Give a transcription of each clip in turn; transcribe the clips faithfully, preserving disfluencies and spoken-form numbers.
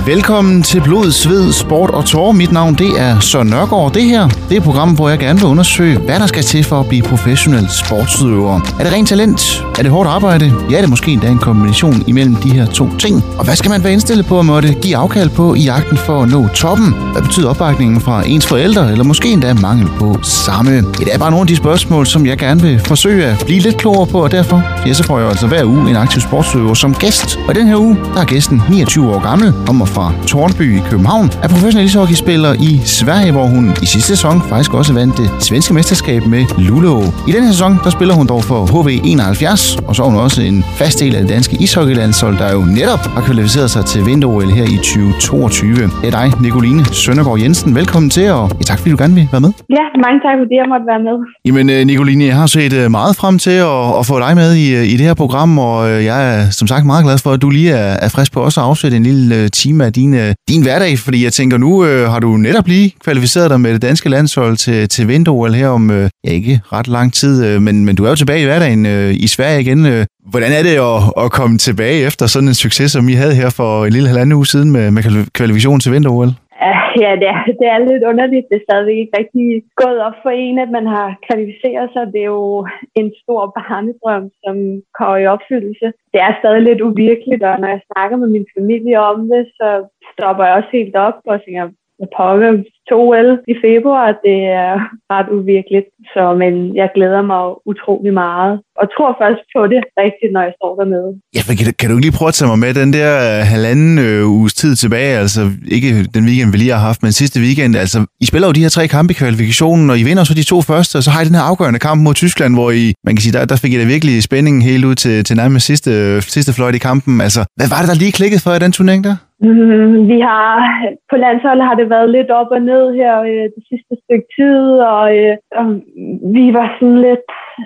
Velkommen til Blod, Sved, Sport og Tårer. Mit navn det er Søren Nørgaard. Det her det er et program, hvor jeg gerne vil undersøge, hvad der skal til for at blive professionel sportsudøver. Er det rent talent? Er det hårdt arbejde? Ja, det er måske endda en kombination imellem de her to ting. Og hvad skal man være indstillet på at måtte give afkald på i jagten for at nå toppen? Hvad betyder opbakningen fra ens forældre, eller måske endda mangel på samme? Det er bare nogle af de spørgsmål, som jeg gerne vil forsøge at blive lidt klogere på, og derfor ja, så får jeg altså hver uge en aktiv sportsudøver som gæst. Og den her uge, der er gæsten niogtyve år gammel, kommer fra Tårnby i København, er professionel ishockeyspiller i Sverige, hvor hun i sidste sæson faktisk også vandt det svenske mesterskab med Luleå. I den her sæson, der spiller hun dog for H V enoghalvfjerds, og så er hun også en fast del af det danske ishockeylandshold, der jo netop har kvalificeret sig til vinter-O L her i tyve toogtyve. Det er dig, Nicoline Søndergaard Jensen. Velkommen til, og ja, tak fordi du gerne vil være med. Ja, mange tak fordi jeg måtte være med. Jamen, Nicoline, jeg har set meget frem til at, at få dig med i, i det her program, og jeg er som sagt meget glad for, at du lige er, er frisk på også at afsætte en lille time af din, din hverdag, fordi jeg tænker, nu øh, har du netop lige kvalificeret dig med det danske landshold til, til vinter-O L her om øh, ja, ikke ret lang tid, øh, men, men du er jo tilbage i hverdagen øh, i Sverige igen. Øh. Hvordan er det at, at komme tilbage efter sådan en succes, som I havde her for en lille halvanden uge siden med, med kvalifikation til vinter-O L? Ja, det er, det er lidt underligt. Det er stadigvæk ikke rigtig gået op for en, at man har kvalificeret sig. Det er jo en stor barnedrøm, som kommer i opfyldelse. Det er stadig lidt uvirkeligt, og når jeg snakker med min familie om det, så stopper jeg også helt op og tænker, jeg pokker to O L i februar. Det er ret uvirkeligt, så, men jeg glæder mig utrolig meget, og tror først på det rigtigt, når jeg står dernede. Ja, kan, kan du ikke lige prøve at tage mig med den der halvanden øh, uges tid tilbage, altså ikke den weekend, vi lige har haft, men sidste weekend, altså I spiller jo de her tre kampe i kvalifikationen, og I vinder så de to første, og så har I den her afgørende kamp mod Tyskland, hvor I, man kan sige, der, der fik I da virkelig spændingen helt ud til, til nærmest sidste, sidste fløjt i kampen. Altså, hvad var det, der lige klikkede for i den turnering der? Mm, vi har, på landsholdet har det været lidt op og ned her øh, det sidste stykke tid, og, øh, og vi var sådan lidt,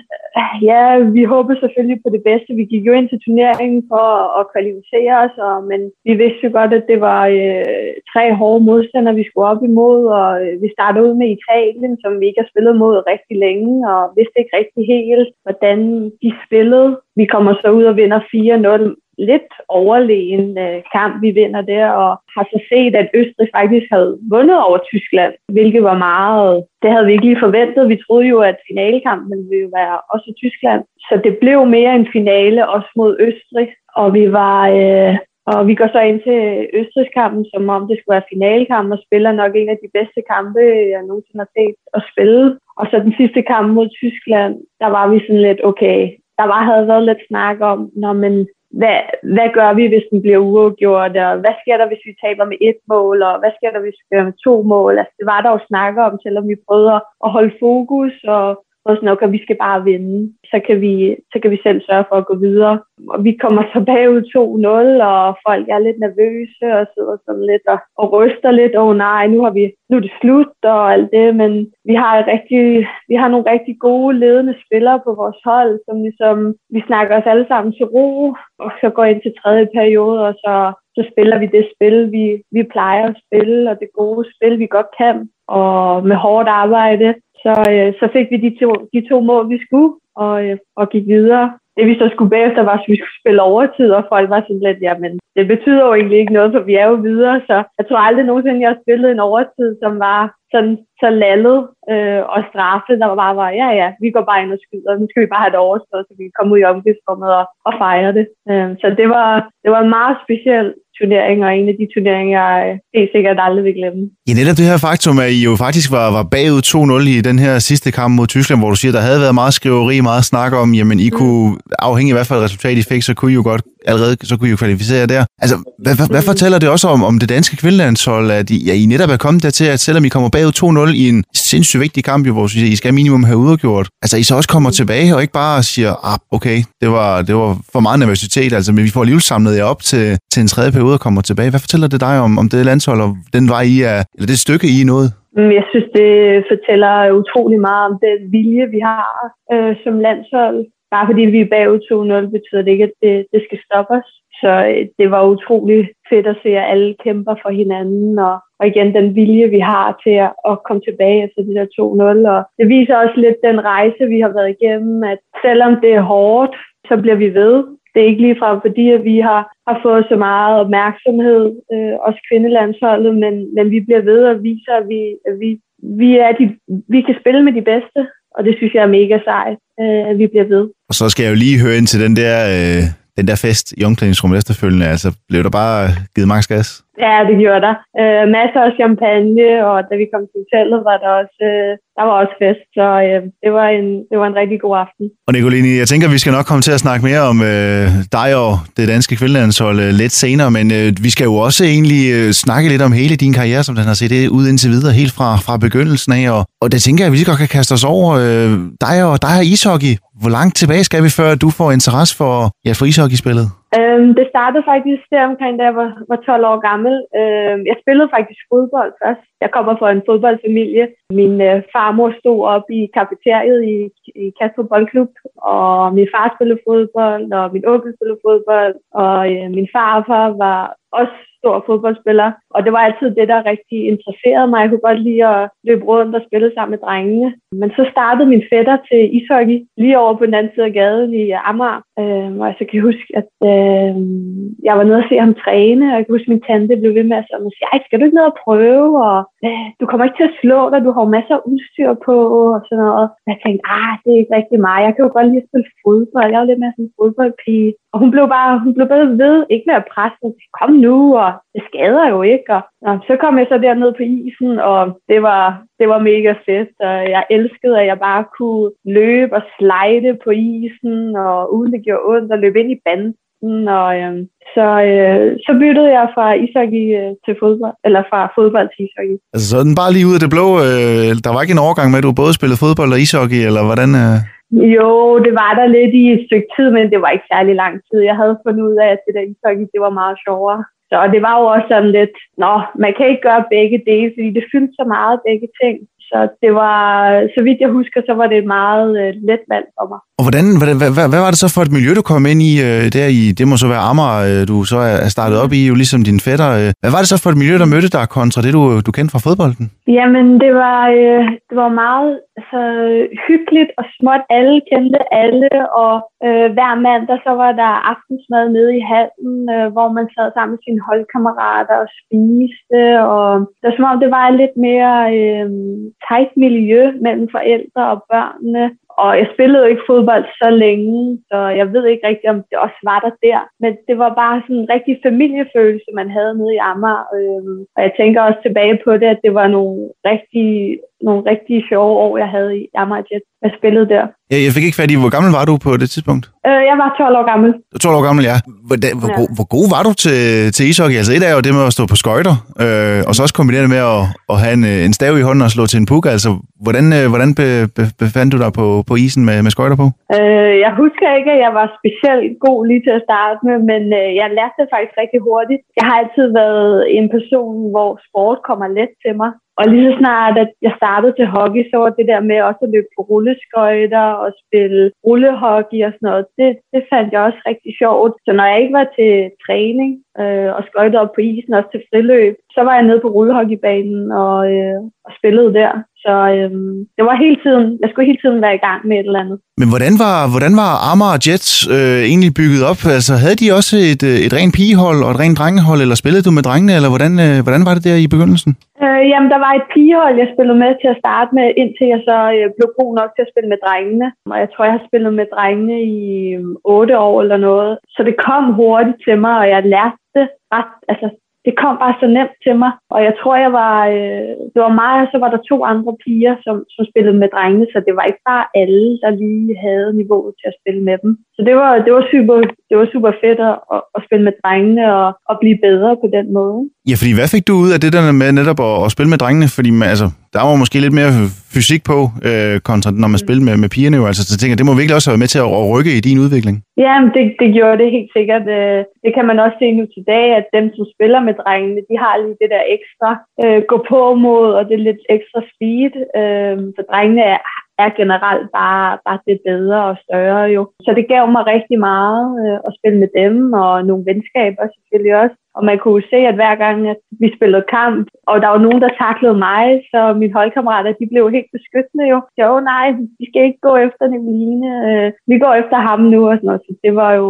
ja, vi håbede selvfølgelig på det bedste. Vi gik jo ind til turneringen for at kvalificere os, og, men vi vidste jo godt, at det var øh, tre hårde modstandere, vi skulle op imod, og øh, vi startede ud med Italien, som vi ikke har spillet mod rigtig længe, og vidste ikke rigtig helt, hvordan de spillede. Vi kommer så ud og vinder fire nul. Lidt overlegen øh, kamp, vi vinder der, og har så set, at Østrig faktisk havde vundet over Tyskland, hvilket var meget, det havde vi ikke lige forventet. Vi troede jo, at finalekampen ville være også Tyskland, så det blev mere en finale også mod Østrig, og vi var, øh, og vi går så ind til Østrigskampen, som om det skulle være finalekampen, og spiller nok en af de bedste kampe, jeg nogensinde har set at spille. Og så den sidste kamp mod Tyskland, der var vi sådan lidt, okay, der var, havde været lidt snak om, når man Hvad, hvad gør vi, hvis den bliver uafgjort, og hvad sker der, hvis vi taber med et mål, og hvad sker der, hvis vi gør med to mål? Altså, det var der jo snakker om, selvom vi prøvede at holde fokus, og, og sådan noget, at vi skal bare vinde. Så kan, vi, så kan vi selv sørge for at gå videre. Og vi kommer så bagud to nul, og folk er lidt nervøse, og sidder sådan lidt og, og ryster lidt. Åh oh, nej, nu, har vi, nu er det slut, og alt det, men vi har, rigtig, vi har nogle rigtig gode ledende spillere på vores hold, som ligesom, vi snakker os alle sammen til ro, og så går ind til tredje periode, og så, så spiller vi det spil, vi, vi plejer at spille, og det gode spil, vi godt kan, og med hårdt arbejde. Så, øh, så fik vi de to, de to mål, vi skulle, og, øh, og gik videre. Det vi så skulle bagefter var, at vi skulle spille overtid, og folk var sådan lidt, jamen det betyder jo egentlig ikke noget, for vi er jo videre. Så jeg tror aldrig nogensinde, jeg har spillet en overtid, som var sådan så lallet øh, og straffet, der bare var, ja ja, vi går bare ind og skyder, nu skal vi bare have det overstået, så vi kan komme ud i omklædningsrummet og, og fejre det. Øh, så det var, det var en meget speciel turnering, og en af de turneringer, jeg helt sikkert aldrig vil glemme. Ja, netop det her faktum, at I jo faktisk var, var bagud to nul i den her sidste kamp mod Tyskland, hvor du siger, der havde været meget skriveri, meget snak om, jamen I mm. kunne, afhængig af hvad for et resultat I fik, så kunne I jo godt allerede, så kunne I jo kvalificere der. Altså, hvad, hvad, hvad fortæller det også om, om det danske kvindelandshold, at I, ja, I netop er kommet dertil, at selvom I kommer bagud to nul i en sindssygt vigtig kamp, hvor I skal minimum have udgjort, altså I så også kommer tilbage og ikke bare siger, ah, okay, det var, det var for meget nervøsitet, altså, men vi får alligevel samlet jer op til, til en tredje periode og kommer tilbage. Hvad fortæller det dig om, om det landshold, og den vej I er, eller det stykke I er nået? Jeg synes, det fortæller utrolig meget om den vilje, vi har øh, som landshold. Bare fordi vi er bagud to nul, betyder det ikke, at det, det skal stoppe os. Så øh, det var utrolig fedt at se, at alle kæmper for hinanden, og, og igen den vilje, vi har til at, at komme tilbage efter de der to nul. Og det viser også lidt den rejse, vi har været igennem, at selvom det er hårdt, så bliver vi ved. det er ikke ligefrem fordi, at vi har, har fået så meget opmærksomhed, øh, os kvindelandsholdet, men, men vi bliver ved og viser, at vi, at vi, vi, er de, vi kan spille med de bedste, og det synes jeg er mega sejt, øh, at vi bliver ved. Og så skal jeg jo lige høre ind til den der, øh, den der fest i omklædningsrummet efterfølgende. Altså, blev der bare givet max gas? Ja, det gjorde der. Øh, masser af champagne, og da vi kom til hotellet, var der også, øh, der var også fest, så øh, det, var en, det var en rigtig god aften. Og Nicoline, jeg tænker, vi skal nok komme til at snakke mere om øh, dig og det danske kvindelandshold øh, lidt senere, men øh, vi skal jo også egentlig øh, snakke lidt om hele din karriere, som den har set ud indtil videre, helt fra, fra begyndelsen af, og, og det tænker jeg, at vi godt kan kaste os over. Øh, dig, og, dig og ishockey, hvor langt tilbage skal vi, før du får interesse for, ja, for ishockeyspillet? Øhm, det startede faktisk der omkring, da jeg var, var tolv år gammel. Øhm, jeg spillede faktisk fodbold først. Jeg kommer fra en fodboldfamilie. Min øh, farmor stod op i kafeteriet i, i Kastrup Boldklub, og min far spillede fodbold, og min onkel spillede fodbold, og øh, min farfar var også stor fodboldspiller, og det var altid det, der rigtig interesserede mig. Jeg kunne godt lide at løbe rundt og spille sammen med drengene. Men så startede min fætter til ishockey lige over på den anden side af gaden i Amager, øh, og jeg så kan huske, at øh, jeg var nede og se ham træne, og jeg kan huske, at min tante blev ved med at sige, ej, skal du ikke ned og prøve, og øh, du kommer ikke til at slå dig, du har masser af udstyr på, og sådan noget. Og jeg tænkte, ah, det er ikke rigtig mig, jeg kan jo godt lide at spille fodbold, jeg er jo lidt mere sådan en fodboldpige. Og hun blev bare, hun blev bare ved, ikke med at presse, kom nu, og det skader jo ikke. Og, og så kom jeg så derned på isen, og det var, det var mega fedt. Og jeg elskede, at jeg bare kunne løbe og slide på isen, og uden det gjorde ondt, og løbe ind i banden. Og øh, så, øh, så byttede jeg fra ishockey øh, til fodbold, eller fra fodbold til ishockey. Altså sådan bare lige ud af det blå, øh, der var ikke en overgang med, at du både spillede fodbold og ishockey, eller hvordan? Øh... Jo, det var der lidt i et stykke tid, men det var ikke særlig lang tid. Jeg havde fundet ud af, at det der ishockey, det var meget sjovere. Så det var jo også sådan lidt, nå, man kan ikke gøre begge dele, fordi det fyldte så meget begge ting. Så det var, så vidt jeg husker, så var det et meget øh, let valg for mig. Og hvordan, hvad, hvad, hvad var det så for et miljø, du kom ind i øh, der i, det må så være Amager, øh, du så er startet op i, jo ligesom din fætter. Øh. Hvad var det så for et miljø, der mødte dig kontra det, du, du kendte fra fodbolden? Jamen, det var, øh, det var meget altså, hyggeligt og småt. Alle kendte alle, og øh, hver mandag så var der aftensmad nede i hallen, øh, hvor man sad sammen med sine holdkammerater og spiste. Og det var som om, det var et lidt mere øh, tight miljø mellem forældre og børnene. Og jeg spillede jo ikke fodbold så længe, så jeg ved ikke rigtig, om det også var der der. Men det var bare sådan en rigtig familiefølelse, man havde nede i Amager. Og jeg tænker også tilbage på det, at det var nogle rigtig, nogle rigtig sjove år, jeg havde i Amager Jet. Jeg spillede der. Ja, jeg fik ikke fat i, hvor gammel var du på det tidspunkt? Øh, jeg var tolv år gammel. tolv år gammel, ja. Hvor, da, hvor, ja. God, hvor god var du til, til ishockey? Altså et er jo det med at stå på skøjter, øh, og så også kombineret med at, at have en, en stav i hånden og slå til en puck. Altså, hvordan, hvordan be, be, befandt du dig på, på isen med, med skøjter på? Øh, jeg husker ikke, at jeg var specielt god lige til at starte med, men øh, jeg lærte det faktisk rigtig hurtigt. Jeg har altid været en person, hvor sport kommer let til mig. Og lige så snart, at jeg startede til hockey, så var det der med også at løbe på rulleskøjter og spille rullehockey og sådan noget, det, det fandt jeg også rigtig sjovt. Så når jeg ikke var til træning øh, og skøjtede op på isen, også til friløb, så var jeg nede på rullehockeybanen og, øh, og spillede der. Så øh, det var hele tiden, jeg skulle hele tiden være i gang med et eller andet. Men hvordan var, hvordan var Amager Jets øh, egentlig bygget op? Altså havde de også et, et rent pigehold og et rent drengehold, eller spillede du med drengene, eller hvordan, øh, hvordan var det der i begyndelsen? Øh, jamen, der var et pigehold, jeg spillede med til at starte med, indtil jeg så øh, blev god nok til at spille med drengene. Og jeg tror, jeg har spillet med drengene i øh, otte år eller noget. Så det kom hurtigt til mig, og jeg lærte det ret, altså det kom bare så nemt til mig, og jeg tror, jeg var, øh, det var mig, og så var der to andre piger, som, som spillede med drengene, så det var ikke bare alle, der lige havde niveauet til at spille med dem. Så det var, det var, super, det var super fedt at, at spille med drengene og at blive bedre på den måde. Ja, fordi hvad fik du ud af det der med netop at, at spille med drengene? Fordi man, altså, der var måske lidt mere fysik på, øh, kontra når man spillede med, med pigerne. Jo. Altså, så tænker jeg, det må virkelig også være med til at, at rykke i din udvikling. Ja, det, det gjorde det helt sikkert. Det kan man også se nu til dag, at dem, som spiller med drengene, de har lige det der ekstra øh, gå på mod, og det lidt ekstra speed. Øh, for drengene er er generelt bare, bare det bedre og større jo. Så det gav mig rigtig meget øh, at spille med dem, og nogle venskaber selvfølgelig også. Og man kunne se, at hver gang at vi spillede kamp, og der var nogen, der taklede mig, så mine holdkammerater, de blev helt beskyttende jo. Jo, nej, vi skal ikke gå efter Nicoline, øh, vi går efter ham nu og sådan noget. Så det var jo,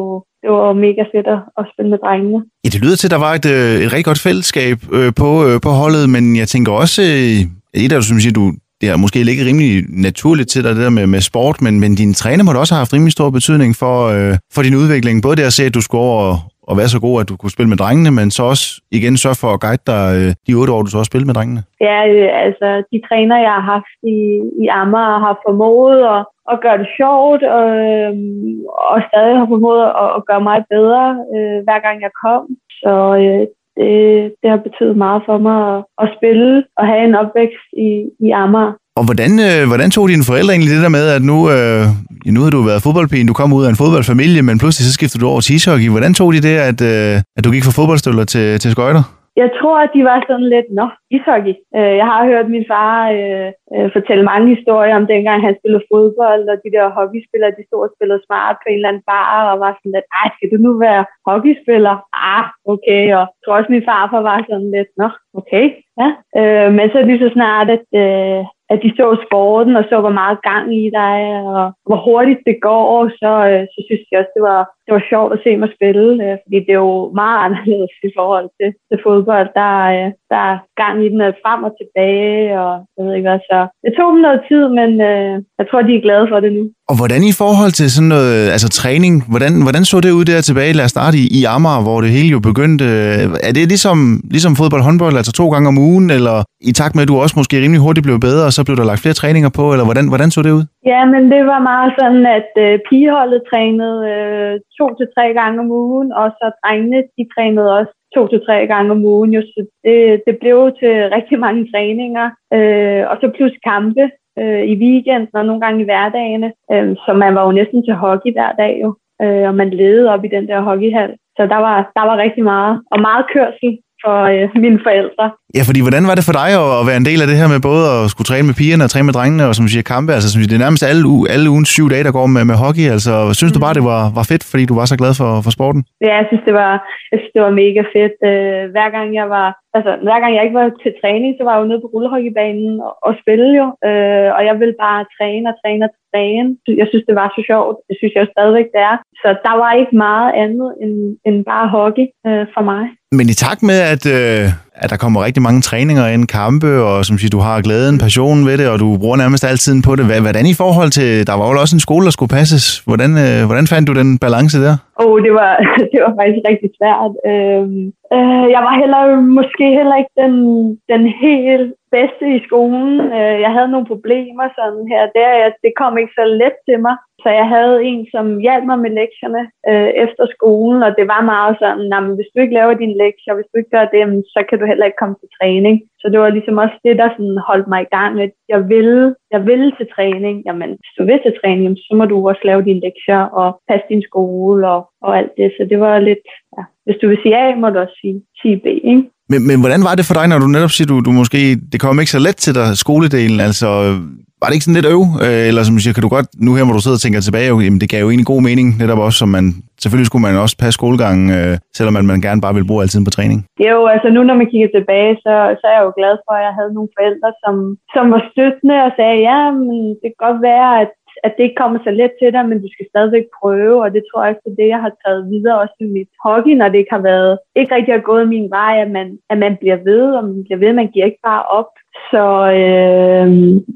det var mega fedt at, at spille med drengene. Ja, det lyder til, at der var et, et rigtig godt fællesskab øh, på, øh, på holdet, men jeg tænker også, øh, et af det, som siger, du det har måske ligget rimelig naturligt til dig, det der med, med sport, men, men din træner må da også have haft rimelig stor betydning for, øh, for din udvikling. Både det at se, at du skulle over og, og være så god, at du kunne spille med drengene, men så også igen sørge for at guide dig øh, de otte år, du så også spillede med drengene. Ja, øh, altså de træner, jeg har haft i, i Amager, har formået at, at gøre det sjovt, og, øh, og stadig har formået at, at gøre mig bedre, øh, hver gang jeg kom. Så øh, det, det har betydet meget for mig at, at spille og have en opvækst i, i Amager. Og hvordan, øh, hvordan tog dine forældre egentlig det der med, at nu, øh, nu har du været fodboldpigen, du kom ud af en fodboldfamilie, men pludselig så skiftede du over til ishockey. Hvordan tog de det, at, øh, at du gik fra fodboldstøvler til, til skøjter? Jeg tror, at de var sådan lidt, nå, ishockey. Jeg har hørt min far øh, fortælle mange historier om dengang, han spillede fodbold, og de der hockeyspillere, de stod og spillede smart på en eller anden bar, og var sådan lidt, ej, skal du nu være hockeyspiller? Ah, okay. Og jeg tror også, min farfar var sådan lidt, nå, okay, ja. Øh, men så lige så snart, at, øh, at de så sporten, og så hvor meget gang i dig, og hvor hurtigt det går, så, øh, så synes jeg også, det var, det var sjovt at se mig spille, øh, fordi det er jo meget anderledes i forhold til, til fodbold. Der, øh, der er gang i den frem og tilbage, og jeg ved ikke hvad, så det tog dem noget tid, men øh, jeg tror, de er glade for det nu. Og hvordan i forhold til sådan noget, altså træning, hvordan, hvordan så det ud der tilbage? Lad os starte i, i Amager, hvor det hele jo begyndte. Er det ligesom, ligesom fodbold og håndbold, altså to gange om ugen, eller i takt med, at du også måske rimelig hurtigt blev bedre, og så blev der lagt flere træninger på, eller hvordan, hvordan så det ud? Ja, men det var meget sådan, at øh, pigeholdet trænede øh, to til tre gange om ugen, og så drengene, de trænede også to til tre gange om ugen. Jo, så det, det blev til rigtig mange træninger, øh, og så plus kampe øh, i weekenden og nogle gange i hverdagene. Øh, så man var jo næsten til hockey hver dag jo, øh, og man ledede op i den der hockeyhal. Så der var, der var rigtig meget, og meget kørsel for øh, mine forældre. Ja, fordi hvordan var det for dig at, at være en del af det her med både at skulle træne med pigerne og træne med drengene, og som du siger, kampe? Altså, som siger, det er nærmest alle, alle ugens syv dage, der går med, med hockey. Altså, synes mm. du bare, det var, var fedt, fordi du var så glad for, for sporten? Ja, jeg synes, det var, jeg synes, det var mega fedt. Øh, hver gang jeg var, altså, hver gang jeg ikke var til træning, så var jeg jo nede på rullhockeybanen og, og spille jo. Øh, og jeg ville bare træne og træne og træne. Jeg synes, det var så sjovt. Det synes jeg jo stadigvæk, det er. Så der var ikke meget andet end, end bare hockey øh, for mig. Men i takt med, at, øh, at der kommer rigtig mange træninger ind, kampe, og som siger, du har glæden, passionen ved det, og du bruger nærmest al tiden på det. Hvordan i forhold til, der var jo også en skole, der skulle passes. Hvordan, øh, hvordan fandt du den balance der? Åh, oh, det var, det var faktisk rigtig svært. Øh, øh, jeg var heller, måske heller ikke den, den helt bedste i skolen. Øh, jeg havde nogle problemer sådan her der. Det kom ikke så let til mig. Så jeg havde en, som hjalp mig med lektierne øh, efter skolen, og det var meget sådan, nah, men hvis du ikke laver dine lektier, hvis du ikke gør det, så kan du heller ikke komme til træning. Så det var ligesom også det, der sådan holdt mig i gang, at jeg ville, jeg ville til træning. Jamen, hvis du vil til træning, så må du også lave dine lektier og passe din skole og, og alt det. Så det var lidt, ja, hvis du vil sige A, må du også sige, sige B, ikke? Men, men hvordan var det for dig, når du netop siger, du, du måske, det kom ikke så let til dig, skoledelen, altså var det ikke sådan lidt øv? Eller som du siger, kan du godt, nu her hvor du sidder og tænker tilbage, jamen det gav jo egentlig god mening, netop også, som man, selvfølgelig skulle man også passe skolegangen, øh, selvom man, man gerne bare ville bruge al tiden på træning. Jo, altså nu når man kigger tilbage, så, så er jeg jo glad for, at jeg havde nogle forældre, som, som var støttende og sagde, ja, men det kan godt være, at at det ikke kommer så let til dig, men du skal stadigvæk prøve, og det tror jeg også er det, jeg har taget videre også i mit hockey, når det ikke har været, ikke rigtig har gået min vej, at man, at man bliver ved, og man bliver ved, man giver ikke bare op. Så øh,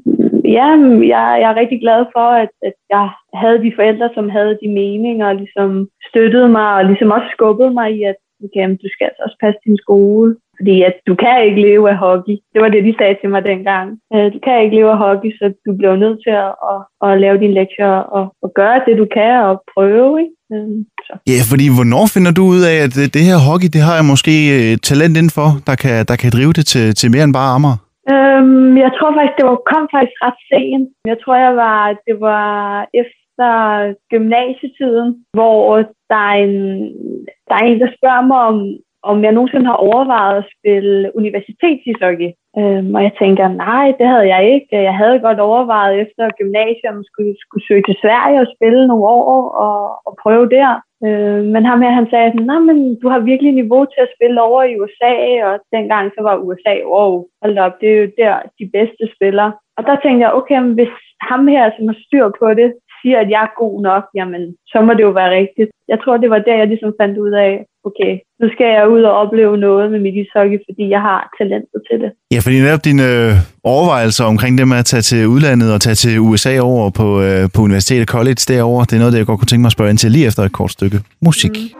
ja, jeg, jeg er rigtig glad for, at, at jeg havde de forældre, som havde de meninger, og ligesom støttede mig, og ligesom også skubbede mig i, at okay, du skal altså også passe din skole. Fordi at du kan ikke leve af hockey. Det var det, de sagde til mig dengang. Du kan ikke leve af hockey, så du bliver nødt til at, at, at lave dine lektier og, og gøre det, du kan, og prøve. Ikke? Så. Ja, fordi hvornår finder du ud af, at det her hockey, det har jeg måske et talent indenfor, der kan, der kan drive det til, til mere end bare Amager? Øhm, jeg tror faktisk, det var, kom faktisk ret sent. Jeg tror, jeg var, det var efter gymnasietiden, hvor der er en, der er en, der spørger mig om, om jeg nogensinde har overvejet at spille universitetsishockey. Øhm, og jeg tænker, nej, det havde jeg ikke. Jeg havde godt overvejet efter gymnasiet, om skulle, skulle søge til Sverige og spille nogle år og, og prøve der. Øh, men ham her, han sagde, nej, men du har virkelig niveau til at spille over i U S A, og dengang så var U S A, wow, hold op, det er jo der de bedste spillere. Og der tænkte jeg, okay, hvis ham her, som har styr på det, siger, at jeg er god nok, jamen, så må det jo være rigtigt. Jeg tror, det var der, jeg ligesom fandt ud af, okay, nu skal jeg ud og opleve noget med mit ishockey, fordi jeg har talentet til det. Ja, fordi netop dine øh, overvejelser omkring det med at tage til udlandet og tage til U S A over på, øh, på universitetet college derovre, det er noget, det jeg godt kunne tænke mig at spørge ind til lige efter et kort stykke musik. Mm.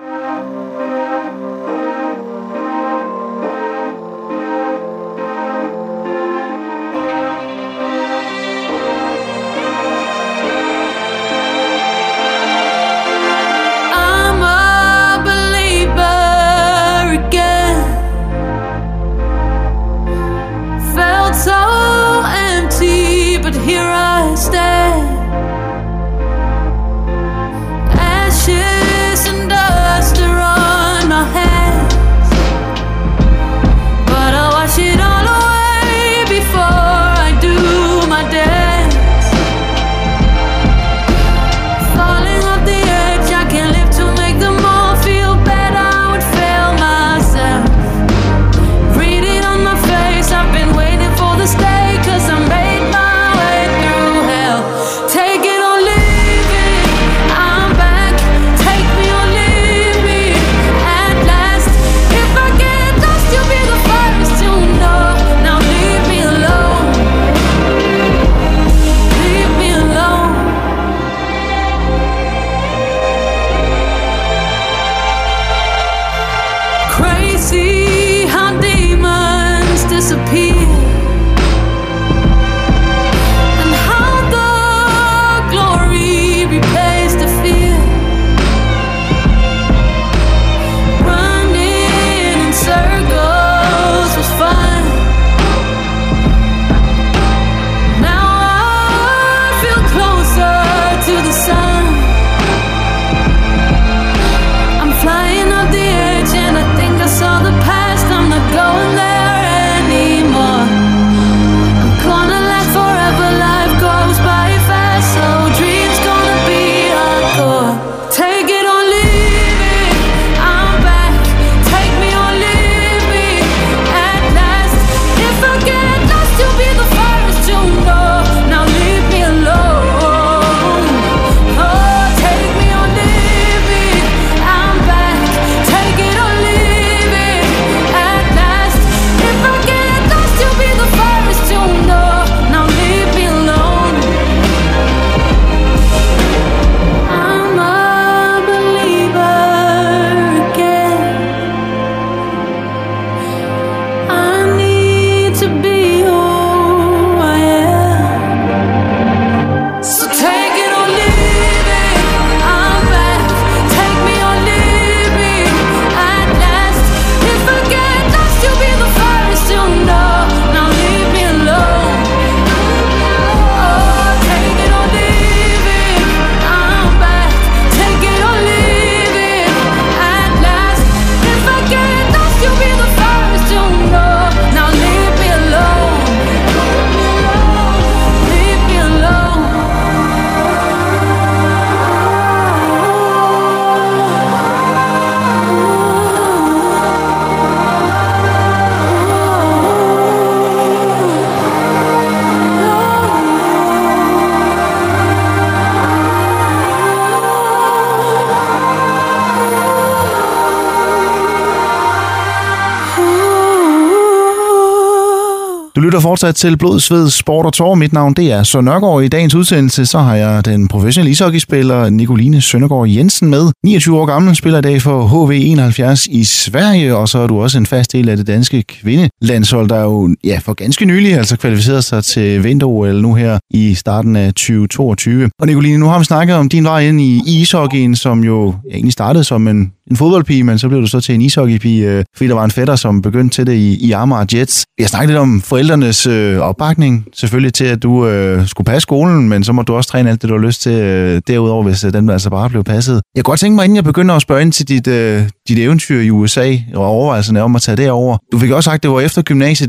Du lytter fortsat til Blod, Sved, Sport og Tårer. Mit navn det er Søren Nørgaard. I dagens udsendelse så har jeg den professionelle ishockeyspiller Nicoline Søndergaard Jensen med. niogtyve år gammel, spiller i dag for H V enoghalvfjerds i Sverige, og så er du også en fast del af det danske kvindelandshold, der jo ja, for ganske nylig altså kvalificeret sig til vinter-O L nu her i starten af tyve toogtyve. Og Nicoline, nu har vi snakket om din vej ind i ishockeyen, som jo ja, egentlig startede som en, en fodboldpige, men så blev du så til en ishockeypige, fordi der var en fætter, som begyndte til det i, i Amager Jets. Jeg snakkede lidt om forældrenes øh, opbakning, selvfølgelig til, at du øh, skulle passe skolen, men så må du også træne alt det, du har lyst til øh, derudover, hvis øh, den altså bare blev passet. Jeg kunne godt tænke mig, inden jeg begynder at spørge ind til dit, øh, dit eventyr i U S A og overvejelserne om at tage derover. Du fik også sagt, at det var efter gymnasiet, det ligesom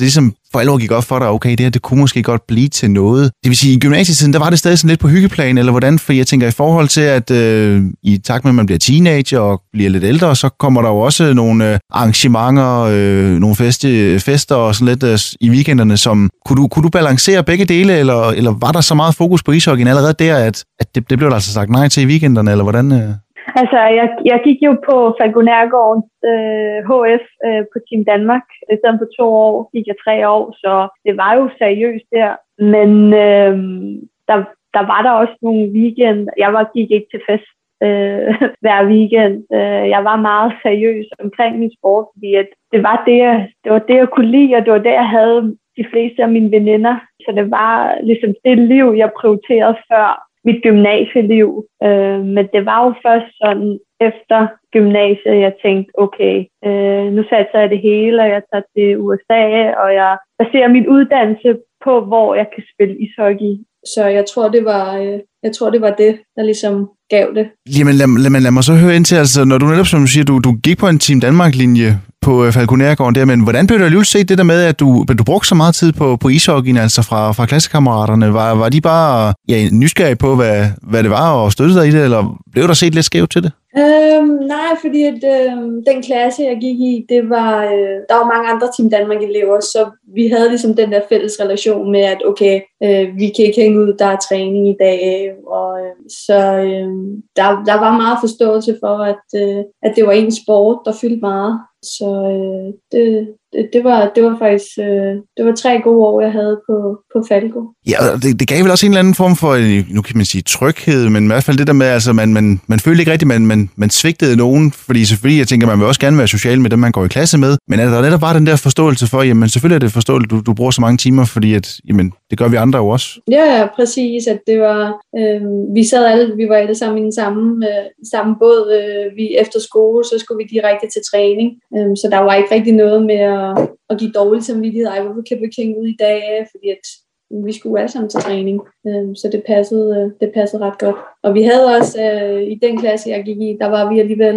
for alvor gik op for dig, okay, det her, det kunne måske godt blive til noget. Det vil sige, i gymnasietiden, der var det stadig sådan lidt på hyggeplan, eller hvordan? For jeg tænker, i forhold til, at øh, i takt med, at man bliver teenager og bliver lidt ældre, så kommer der jo også nogle øh, arrangementer, øh, nogle feste, fester og sådan lidt øh, i weekenderne, som, kunne du, kunne du balancere begge dele, eller, eller var der så meget fokus på ishockeyen allerede der, at, at det, det blev der altså sagt nej til i weekenderne, eller hvordan? Øh? Altså, jeg, jeg gik jo på Falkonærgårdens øh, H F øh, på Team Danmark. I stedet for to år gik jeg tre år, så det var jo seriøst der. Men øh, der, der var der også nogle weekend. Jeg var, gik ikke til fest øh, hver weekend. Øh, jeg var meget seriøs omkring min sport, fordi at det var det, jeg, det var det, jeg kunne lide, og det var det, jeg havde de fleste af mine veninder. Så det var ligesom det liv, jeg prioriterede før mit gymnasieliv. Øh, men det var jo først sådan efter gymnasiet, jeg tænkte, okay, øh, nu satser jeg det hele, og jeg tager til U S A, og jeg baserer min uddannelse på, hvor jeg kan spille ishockey. Så jeg tror, det var, øh, jeg tror, det var det, der ligesom gav det. Jamen lad, lad, lad mig så høre ind til, altså når du netop, som du siger, du, du gik på en Team Danmark-linje på Falkonærgården der, men hvordan blev du alligevel set det der med, at du, at du brugte så meget tid på, på ishockeyen, altså fra, fra klassekammeraterne? Var, var de bare ja, nysgerrige på, hvad, hvad det var, og støttede dig i det, eller blev der set lidt skævt til det? Øhm, nej, fordi at, øh, den klasse, jeg gik i, det var, øh, der var mange andre Team Danmark-elever, så vi havde ligesom den der fælles relation med, at okay, øh, vi kan ikke hænge ud, der er træning i dag, og øh, så øh, der, der var meget forståelse for, at, øh, at det var en sport, der fyldte meget. Så øh, det, det, det, var, det var faktisk øh, det var tre gode år, jeg havde på, på Falko. Ja, det, det gav vel også en eller anden form for, nu kan man sige tryghed, men i hvert fald det der med, altså man, man, man følte ikke rigtigt, man, man, man svigtede nogen, fordi selvfølgelig, jeg tænker, man vil også gerne være social med dem, man går i klasse med, men at der netop var den der forståelse for, jamen selvfølgelig er det forståeligt, du, du bruger så mange timer, fordi at, jamen, det gør vi andre jo også. Ja, ja, præcis, at det var, øh, vi sad alle, vi var alle sammen i den samme, øh, samme båd, øh, vi efter skole, så skulle vi direkte til træning, øh, så der var ikke rigtig noget med at, at give dårlig samvittighed, ej, hvorfor kan vi ikke hænge ud i dag, fordi at vi skulle alle sammen til træning, så det passede, det passede ret godt. Og vi havde også, i den klasse, jeg gik i, der var vi alligevel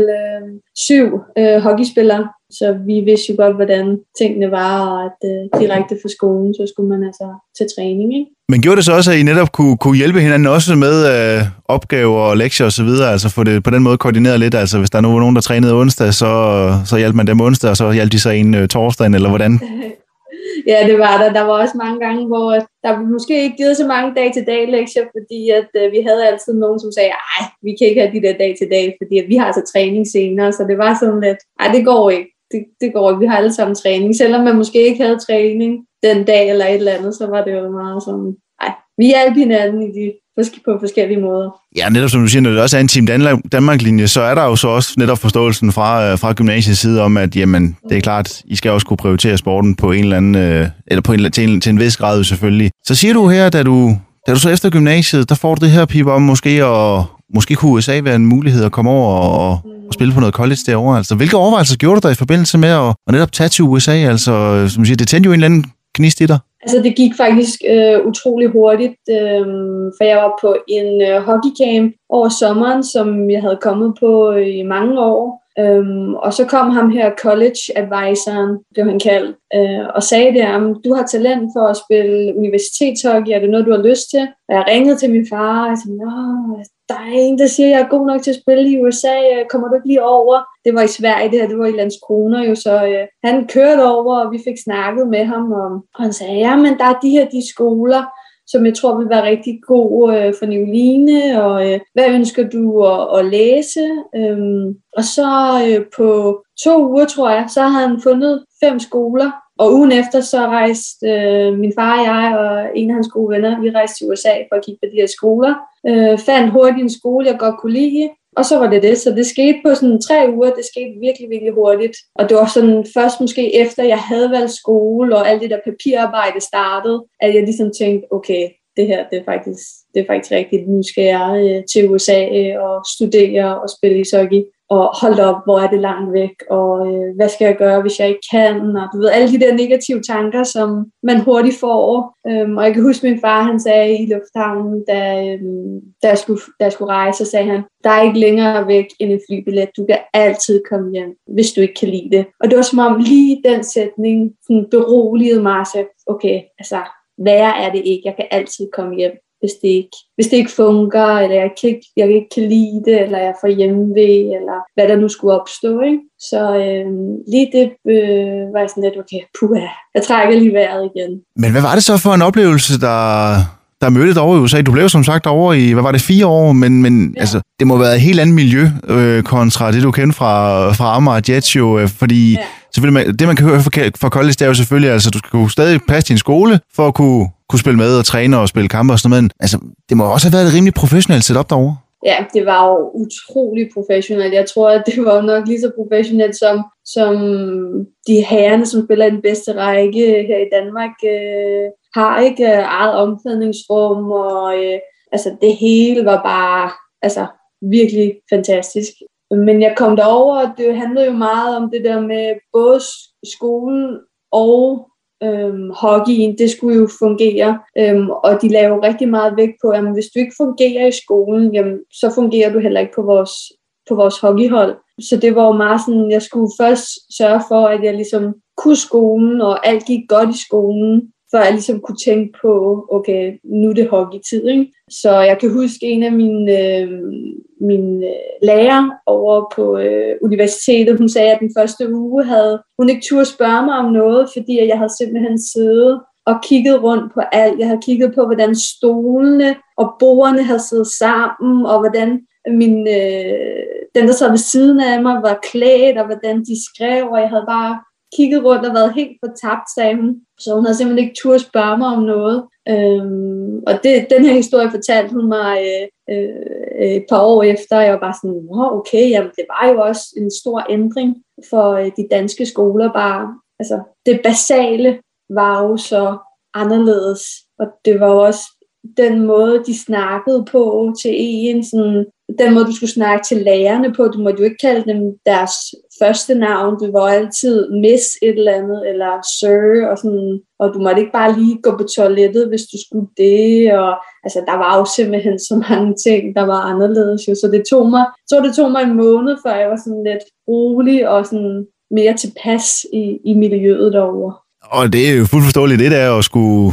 syv hockeyspillere, så vi vidste jo godt, hvordan tingene var, og at direkte fra skolen, så skulle man altså til træning, ikke? Men gjorde det så også, at I netop kunne, kunne hjælpe hinanden også med øh, opgaver og lektier osv., altså få det på den måde koordineret lidt, altså hvis der nu var nogen, der trænede onsdag, så, så hjalp man dem onsdag, og så hjalp de så en øh, torsdagen, eller hvordan? Ja, det var der. Der var også mange gange, hvor der måske ikke givet så mange dag-til-dag lektier, fordi at øh, vi havde altid nogen, som sagde, ej, vi kan ikke have de der dag-til-dag, fordi at vi har altså træning senere, så det var sådan lidt, ej, det går ikke. Det, det går ikke. Vi har alle sammen træning. Selvom man måske ikke havde træning den dag eller et eller andet, så var det jo meget sådan, ej, vi hjalp hinanden i de på forskellige måder. Ja, netop som du siger, når det også er en Team Danmark-linje, så er der jo så også netop forståelsen fra, fra gymnasiets side om, at jamen, det er klart, I skal også kunne prioritere sporten på en eller anden, eller på en, til, en, til en vis grad selvfølgelig. Så siger du her, da du, da du så efter gymnasiet, der får du det her pip om måske, og måske kunne U S A være en mulighed at komme over og, og spille på noget college derovre. Altså, hvilke overvejelser gjorde du dig i forbindelse med at, at netop tage til U S A? Altså, som du siger, det tændte jo en eller anden gnist i dig. Altså det gik faktisk øh, utrolig hurtigt, øh, for jeg var på en øh, hockeycamp over sommeren, som jeg havde kommet på øh, i mange år. Um, og så kom ham her college advisoren, blev han kaldt, uh, og sagde det ham, du har talent for at spille universitetshockey, er det noget, du har lyst til? Og jeg ringede til min far, og jeg sagde, nå, der er en, der siger, jeg er god nok til at spille i U S A, kommer du ikke lige over? Det var i Sverige, det her, det var i Landskrona jo, så uh, han kørte over, og vi fik snakket med ham, og, og han sagde, ja, men der er de her, de skoler, som jeg tror vil være rigtig god øh, for Nicoline, og øh, hvad ønsker du at, at læse? Øhm, og så øh, på to uger, tror jeg, så har han fundet fem skoler, og ugen efter så rejste øh, min far og jeg og en af hans gode venner, vi rejste til U S A for at kigge på de her skoler, øh, fandt hurtigt en skole, jeg godt kunne lide, og så var det det. Så det skete på sådan tre uger, det skete virkelig, virkelig hurtigt. Og det var sådan først måske efter, jeg havde valgt skole, og alt det der papirarbejde startede, at jeg ligesom tænkte, okay, det her, det er faktisk, det er faktisk rigtigt. Nu skal jeg øh, til U S A øh, og studere og spille ishockey. og hold op, hvor er det langt væk, og øh, hvad skal jeg gøre, hvis jeg ikke kan, og du ved, alle de der negative tanker, som man hurtigt får. Øhm, og jeg kan huske, min far, han sagde i lufthavnen, da, øhm, da, jeg skulle, da jeg skulle rejse, så sagde han, der er ikke længere væk end en flybillet, du kan altid komme hjem, hvis du ikke kan lide det. Og det var som om lige den sætning sådan beroligede mig, så okay, altså, værre er det ikke, jeg kan altid komme hjem. Hvis det, ikke, hvis det ikke fungerer, eller jeg ikke, jeg ikke kan lide det, eller jeg får hjemmeved, eller hvad der nu skulle opstå. Ikke? Så øh, lige det øh, var jeg sådan lidt, okay, puha, jeg trækker lige vejret igen. Men hvad var det så for en oplevelse, der, der mødte dig over i U S A? Du blev som sagt over i, hvad var det, fire år, men, men ja. altså, det må have været et helt andet miljø øh, kontra det, du kendte fra, fra Amager Jets jo, øh, fordi ja. selvfølgelig, det man kan høre fra college, det er jo selvfølgelig, altså du skal jo stadig passe din skole, for at kunne, kunne spille med og træne og spille kampe og sådan noget, men altså, det må også have været et rimelig professionelt setup derovre. Ja, det var jo utrolig professionelt. Jeg tror, at det var nok lige så professionelt som, som de herrerne, som spiller i den bedste række her i Danmark, øh, har ikke eget omklædningsrum, og øh, altså det hele var bare altså virkelig fantastisk. Men jeg kom derover, og det handlede jo meget om det der med både skolen og øhm, hockeyen, det skulle jo fungere. Øhm, og de lavede rigtig meget vægt på, at hvis du ikke fungerer i skolen, jamen, så fungerer du heller ikke på vores, på vores hockeyhold. Så det var jo meget sådan, jeg skulle først sørge for, at jeg ligesom kunne skolen, og alt gik godt i skolen, før jeg ligesom kunne tænke på, okay, nu er det hockeytid, ikke? Så jeg kan huske en af mine, øh, mine lærer over på øh, universitetet, hun sagde, at den første uge havde hun ikke turde spørge mig om noget, fordi jeg havde simpelthen siddet og kigget rundt på alt. Jeg havde kigget på, hvordan stolene og bordene havde siddet sammen, og hvordan min, øh, den, der sad ved siden af mig, var klædt, og hvordan de skrev, og jeg havde bare kigget rundt og været helt fortabt, sagde hun. Så hun havde simpelthen ikke turde spørge mig om noget. Øhm, og det, den her historie fortalte hun mig øh, øh, et par år efter. Jeg var bare sådan, wow, okay, jamen, det var jo også en stor ændring for øh, de danske skoler. Bare, altså, det basale var jo så anderledes. Og det var også den måde, de snakkede på til en, sådan, den måde, du skulle snakke til lærerne på. Du måtte jo ikke kalde dem deres første navn. Du var altid miss et eller andet, eller sir, og, sådan, og du måtte ikke bare lige gå på toilettet, hvis du skulle det. Og, altså, der var jo simpelthen så mange ting, der var anderledes. Jo. Så det tog mig, så det tog mig en måned, før jeg var sådan lidt rolig og sådan mere tilpas i, i miljøet derovre. Og det er jo fuldt forståeligt, det der at skulle,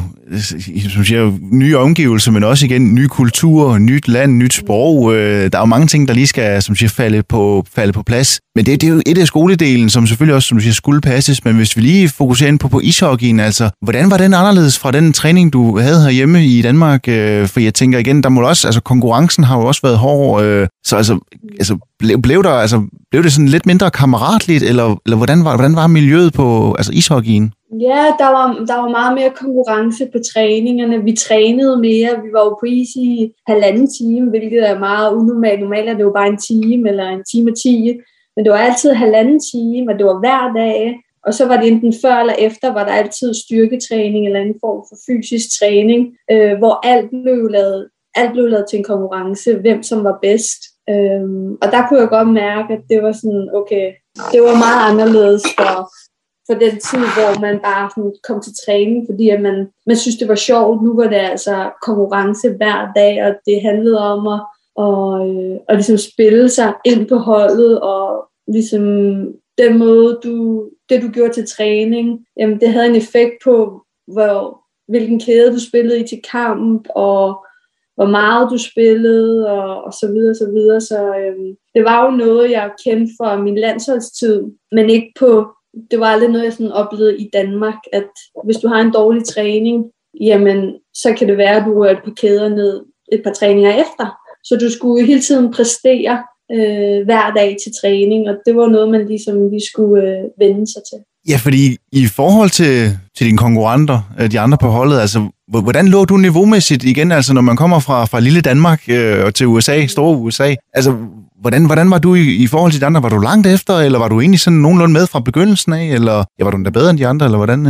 som siger, nye omgivelser, men også igen ny kultur, nyt land, nyt sprog. Der er jo mange ting, der lige skal, som siger, falde på, falde på plads. Men det, det er jo et af skoledelen, som selvfølgelig også, som du siger, skulle passes. Men hvis vi lige fokuserer ind på, på ishockeyen, altså, hvordan var den anderledes fra den træning, du havde herhjemme i Danmark? For jeg tænker igen, der må også, altså konkurrencen har jo også været hård. Så altså, altså blev, blev der, altså, blev det sådan lidt mindre kammeratligt, eller, eller hvordan var, hvordan var miljøet på, altså ishockeyen? Ja, der var, der var meget mere konkurrence på træningerne. Vi trænede mere. Vi var jo på is i halvanden time, hvilket er meget unormalt. Normalt er det jo bare en time eller en time og ti. Men det var altid halvanden time, og det var hver dag. Og så var det enten før eller efter, var der altid styrketræning eller en form for fysisk træning, øh, hvor alt blev lavet, alt blev lavet til en konkurrence, hvem som var bedst. Øh, og der kunne jeg godt mærke, at det var sådan, okay, det var meget anderledes for... for den tid, hvor man bare kom til træning, fordi at man, man synes, det var sjovt. Nu var det altså konkurrence hver dag, og det handlede om at, og, øh, at ligesom spille sig ind på holdet, og ligesom den måde, du, det du gjorde til træning, jamen det havde en effekt på, hvor, hvilken kæde du spillede i til kamp, og hvor meget du spillede, og, og så videre, så videre. Så øh, det var jo noget, jeg kendte fra min landsholdstid, men ikke på det var aldrig noget, jeg sådan oplevede i Danmark, at hvis du har en dårlig træning, jamen, så kan det være, at du er et par kæder ned et par træninger efter. Så du skulle hele tiden præstere øh, hver dag til træning, og det var noget, man ligesom lige skulle øh, vende sig til. Ja, fordi i forhold til, til dine konkurrenter, de andre på holdet, altså, hvordan lå du niveaumæssigt igen, altså når man kommer fra, fra lille Danmark øh, og til U S A, store U S A, altså hvordan, hvordan var du i, i forhold til de andre? Var du langt efter, eller var du egentlig sådan nogenlunde med fra begyndelsen af, eller ja, var du da bedre end de andre, eller hvordan? Øh?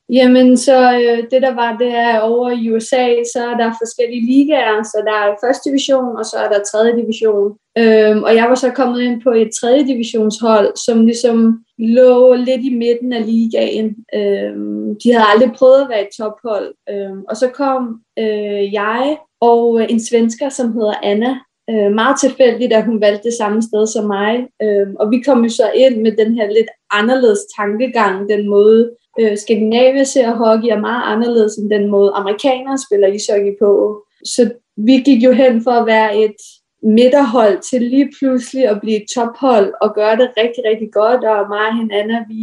Jamen, så øh, det der var, det er over i U S A, så er der forskellige ligaer, så der er første division, og så er der tredje division. Øhm, og jeg var så kommet ind på et tredje divisionshold, som ligesom lå lidt i midten af ligaen. Øhm, de havde aldrig prøvet at være et tophold. Øhm, og så kom øh, jeg og en svensker, som hedder Anna, øh, meget tilfældigt, at hun valgte det samme sted som mig. Øhm, og vi kom jo så ind med den her lidt anderledes tankegang, den måde, Øh, Skandinavien ser hockey er meget anderledes end den måde amerikanere spiller ishockey på. Så vi gik jo hen for at være et midterhold til lige pludselig at blive et tophold og gøre det rigtig, rigtig godt. Og mig og hinanden, vi,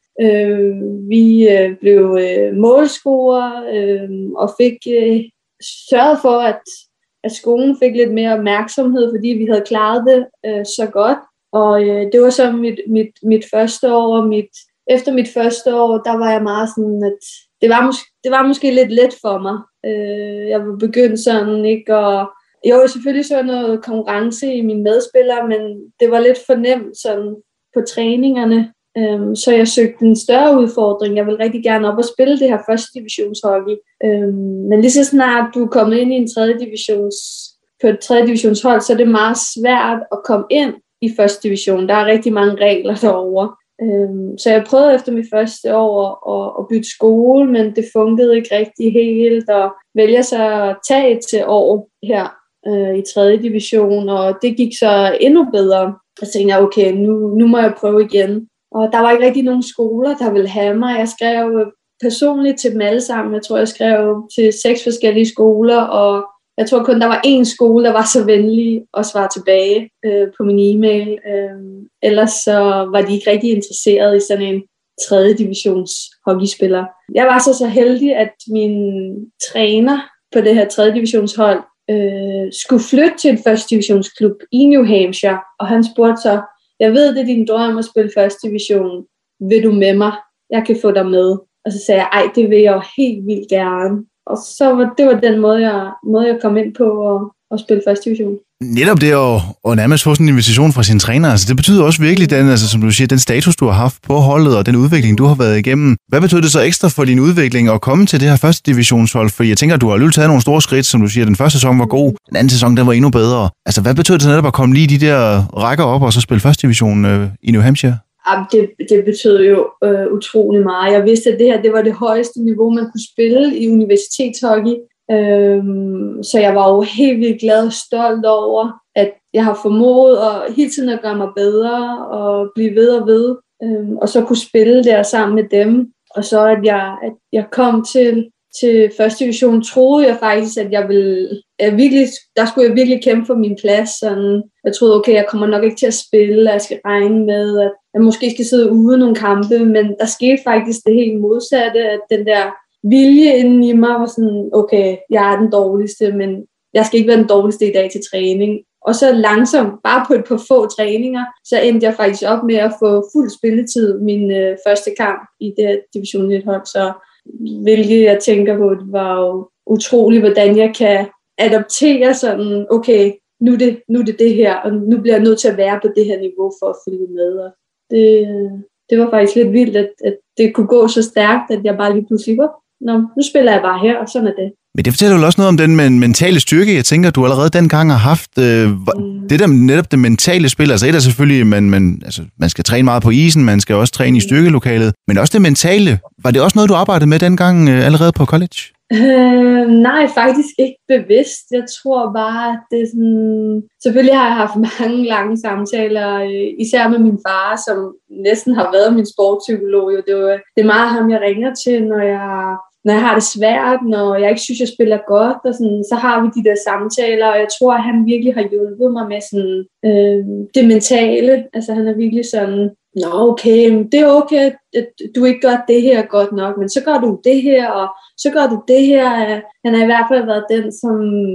øh, vi øh, blev øh, målscorer øh, og fik øh, sørget for, at, at skolen fik lidt mere opmærksomhed, fordi vi havde klaret det øh, så godt. Og øh, det var så mit, mit, mit første år og mit Efter mit første år, der var jeg meget sådan, at det var, mås- det var måske lidt let for mig. Øh, jeg var begyndt sådan, ikke? Og jo, selvfølgelig så noget konkurrence i mine medspillere, men det var lidt for nemt sådan på træningerne. Øh, så jeg søgte en større udfordring. Jeg ville rigtig gerne op og spille det her første divisionshockey. Øh, men lige så snart du er kommet ind i en tredje divisions, på et tredje divisionshold, så er det meget svært at komme ind i første division. Der er rigtig mange regler derovre. Så jeg prøvede efter mit første år at, at bytte skole, men det fungerede ikke rigtig helt, og vælger så at tage et til år her øh, i tredje division, og det gik så endnu bedre. Jeg tænkte, okay, nu, nu må jeg prøve igen. Og der var ikke rigtig nogen skoler, der ville have mig. Jeg skrev personligt til dem alle sammen. Jeg tror, jeg skrev til seks forskellige skoler, og jeg tror kun, der var én skole, der var så venlig at svare tilbage øh, på min e-mail. Øh, ellers så var de ikke rigtig interesseret i sådan en tredje divisions hockeyspiller. Jeg var så så heldig, at min træner på det her tredje divisionshold øh, skulle flytte til en første divisionsklub i New Hampshire. Og han spurgte så, jeg ved, det er din drøm at spille første division. Vil du med mig? Jeg kan få dig med. Og så sagde jeg, ej, det vil jeg jo helt vildt gerne. Og så var det var den måde, jeg, måde, jeg kom ind på at, at spille første division. Netop det at, at nærmest få sådan en invitation fra sin træner, altså det betyder også virkelig, den, altså, som du siger, den status, du har haft på holdet og den udvikling, du har været igennem. Hvad betyder det så ekstra for din udvikling at komme til det her første divisionshold? Fordi jeg tænker, at du har alligevel taget nogle store skridt, som du siger, den første sæson var god, den anden sæson, den var endnu bedre. Altså hvad betyder det så netop at komme lige de der rækker op og så spille første division øh, i New Hampshire? Det, det betød jo øh, utrolig meget. Jeg vidste, at det her det var det højeste niveau, man kunne spille i universitetshockey. Øhm, så jeg var jo helt vildt glad og stolt over, at jeg har formået at hele tiden at gøre mig bedre og blive ved og ved. Øhm, og så kunne spille der sammen med dem. Og så at jeg, at jeg kom til, til første division, troede jeg faktisk, at jeg ville... Jeg virkelig, der skulle jeg virkelig kæmpe for min plads. Sådan. Jeg troede, okay, jeg kommer nok ikke til at spille, jeg skal regne med, at jeg måske skal sidde ude nogle kampe, men der skete faktisk det helt modsatte, at den der vilje inden i mig var sådan, okay, jeg er den dårligste, men jeg skal ikke være den dårligste i dag til træning. Og så langsomt, bare på et par få træninger, så endte jeg faktisk op med at få fuld spilletid min øh, første kamp i det division et-hold. Så hvilket jeg tænker på, det var jo utroligt, hvordan jeg kan adoptere sådan, okay, nu er, det, nu er det det her, og nu bliver jeg nødt til at være på det her niveau for at følge med. Og det, det var faktisk lidt vildt, at, at det kunne gå så stærkt, at jeg bare lige pludselig var, nå, nu spiller jeg bare her, og sådan er det. Men det fortæller jo også noget om den mentale styrke, jeg tænker, du allerede dengang har haft. Øh, mm. Det der netop det mentale spil, altså et er selvfølgelig, man, man, altså, man skal træne meget på isen, man skal også træne i styrkelokalet, men også det mentale. Var det også noget, du arbejdede med dengang øh, allerede på college? Øh, nej, faktisk ikke bevidst. Jeg tror bare, at det er sådan... Selvfølgelig har jeg haft mange lange samtaler, især med min far, som næsten har været min sportspsykolog. Det er, det er meget ham, jeg ringer til, når jeg, når jeg har det svært, når jeg ikke synes, jeg spiller godt. Og sådan, så har vi de der samtaler, og jeg tror, at han virkelig har hjulpet mig med sådan, øh, det mentale. Altså han er virkelig sådan... Nå, okay, det er okay, at du ikke gør det her godt nok, men så gør du det her, og så gør du det her. Han har i hvert fald været den, som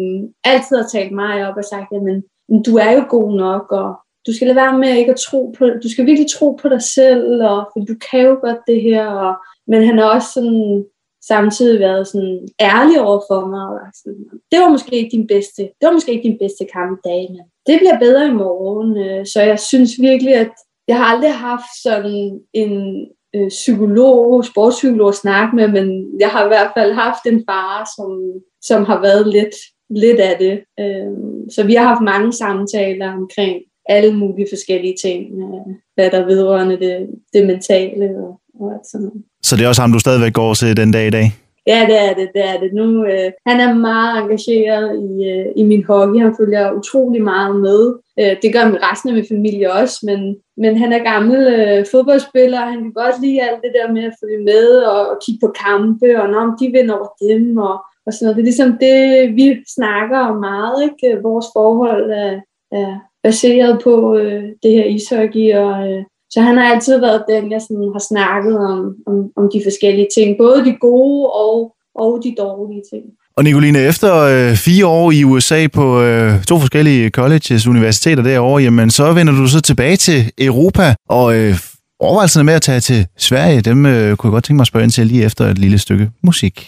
altid har talt mig op og sagt, jamen, du er jo god nok, og du skal lade være med ikke at tro på, du skal virkelig tro på dig selv, og for du kan jo godt det her. Og, men han har også sådan, samtidig været sådan ærlig over for mig, og sådan, det var måske ikke din bedste, det var måske ikke din bedste kamp i dag, men det bliver bedre i morgen. Så jeg synes virkelig, at jeg har aldrig haft sådan en øh, psykolog, sportspsykolog at snakke med, men jeg har i hvert fald haft en far, som, som har været lidt, lidt af det. Øh, så vi har haft mange samtaler omkring alle mulige forskellige ting, øh, hvad der vedrørende det, det mentale og, og alt sådan noget. Så det er også ham, du stadigvæk går til den dag i dag? Ja, det er det, det er det. Nu, øh, han er meget engageret i, øh, i min hockey. Han følger utrolig meget med. Øh, det gør med resten af min familie også, men, men han er gammel øh, fodboldspiller, og han kan godt lide alt det der med at følge med og, og kigge på kampe, og når de vinder over dem, og, og sådan noget. Det er ligesom det, vi snakker om meget, ikke? Vores forhold er, er baseret på øh, det her ishockey, og øh, så han har altid været den, jeg sådan har snakket om, om, om de forskellige ting. Både de gode og, og de dårlige ting. Og Nicoline, efter øh, fire år i U S A på øh, to forskellige colleges, universiteter derovre, jamen så vender du så tilbage til Europa, og øh, overvejelserne med at tage til Sverige, dem øh, kunne jeg godt tænke mig at spørge ind til lige efter et lille stykke musik.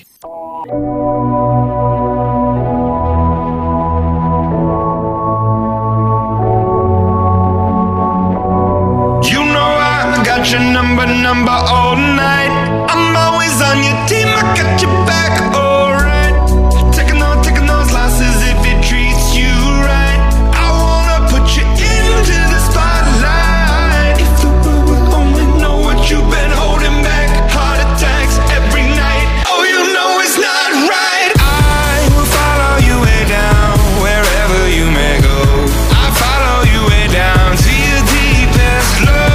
Your number, number all night. I'm always on your team, I got your back, alright. Taking on, taking those losses if it treats you right. I wanna put you into the spotlight. If the world would only know what you've been holding back. Heart attacks every night. Oh, you know it's not right. I will follow you way down, wherever you may go. I follow you way down to your deepest low.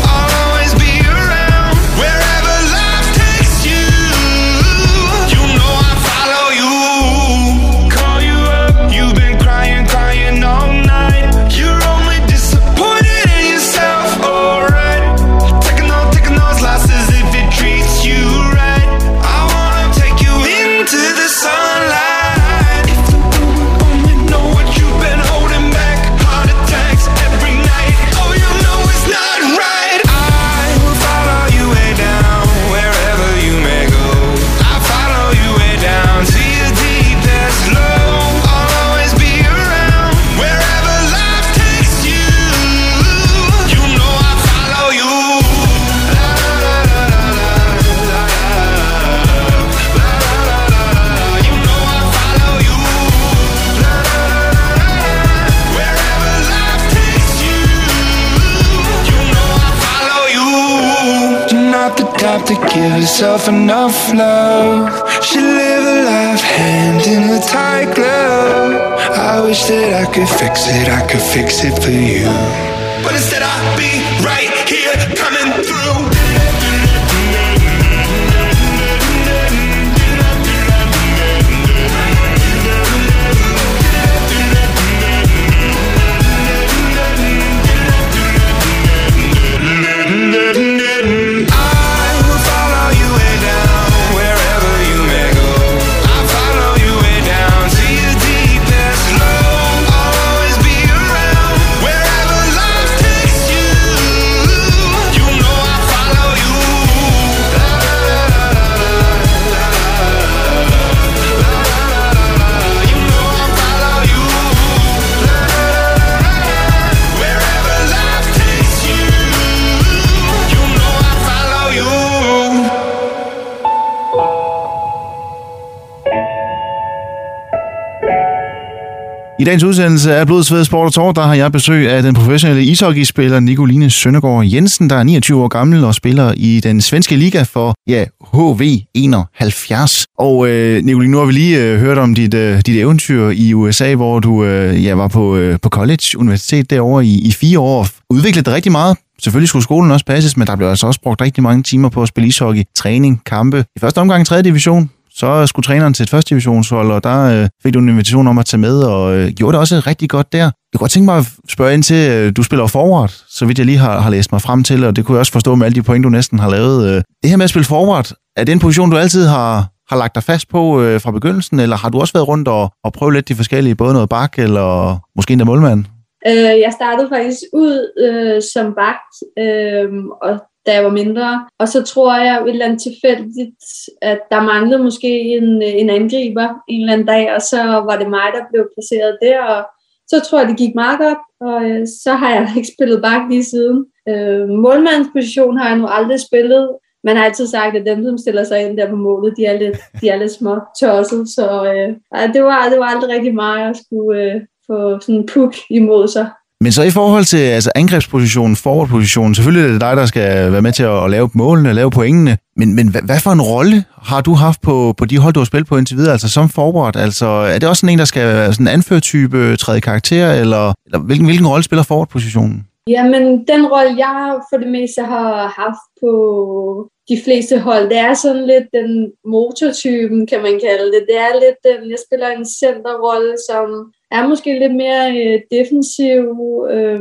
To give herself enough love. She live a life hand in a tight glove. I wish that I could fix it, I could fix it for you. But instead I'll be right here coming through. I dagens udsendelse af Blod, Sved, Sport og Tår, der har jeg besøg af den professionelle ishockeyspiller Nicoline Søndergaard Jensen, der er niogtyve år gammel og spiller i den svenske liga for ja, H V enoghalvfjerds. Og øh, Nicoline, nu har vi lige øh, hørt om dit, øh, dit eventyr i U S A, hvor du øh, ja, var på, øh, på college, universitet derovre i, i fire år. Udviklede det rigtig meget. Selvfølgelig skulle skolen også passes, men der blev altså også brugt rigtig mange timer på at spille ishockey, træning, kampe. I første omgang tredje division. Så skulle træneren til et første divisionshold, og der øh, fik du en invitation om at tage med, og øh, gjorde det også rigtig godt der. Jeg kunne godt tænke mig at spørge ind til, øh, du spiller forward, så vidt jeg lige har, har læst mig frem til, og det kunne jeg også forstå med alle de point, du næsten har lavet. Øh. Det her med at spille forward, er det en position, du altid har, har lagt dig fast på øh, fra begyndelsen, eller har du også været rundt og, og prøvet lidt de forskellige, både noget bak, eller måske endda målmand? Øh, jeg startede faktisk ud øh, som bak, øh, og da jeg var mindre. Og så tror jeg et eller andet tilfældigt, at der manglede måske en, en angriber en eller anden dag, og så var det mig, der blev placeret der, og så tror jeg, det gik meget godt, og øh, så har jeg ikke spillet bak lige siden. Øh, målmandsposition har jeg nu aldrig spillet. man har altid sagt, at dem, som stiller sig ind der på målet, de er lidt, de er lidt små tosset, så øh, det, var, det var aldrig rigtig meget at skulle øh, få sådan en puk imod sig. Men så i forhold til altså angrebspositionen, forwardpositionen, selvfølgelig er det dig, der skal være med til at, at lave målene, lave pointene, men, men hvad, hvad for en rolle har du haft på, på de hold, du har spillet på indtil videre, altså som forward? Altså er det også sådan en, der skal være sådan en anførtype, træde karakter, eller, eller hvilken, hvilken rolle spiller forwardpositionen? Jamen, den rolle, jeg for det meste har haft på de fleste hold, det er sådan lidt den motortypen, kan man kalde det. Det er lidt den, jeg spiller en centerrolle, som er måske lidt mere øh, defensiv, øh,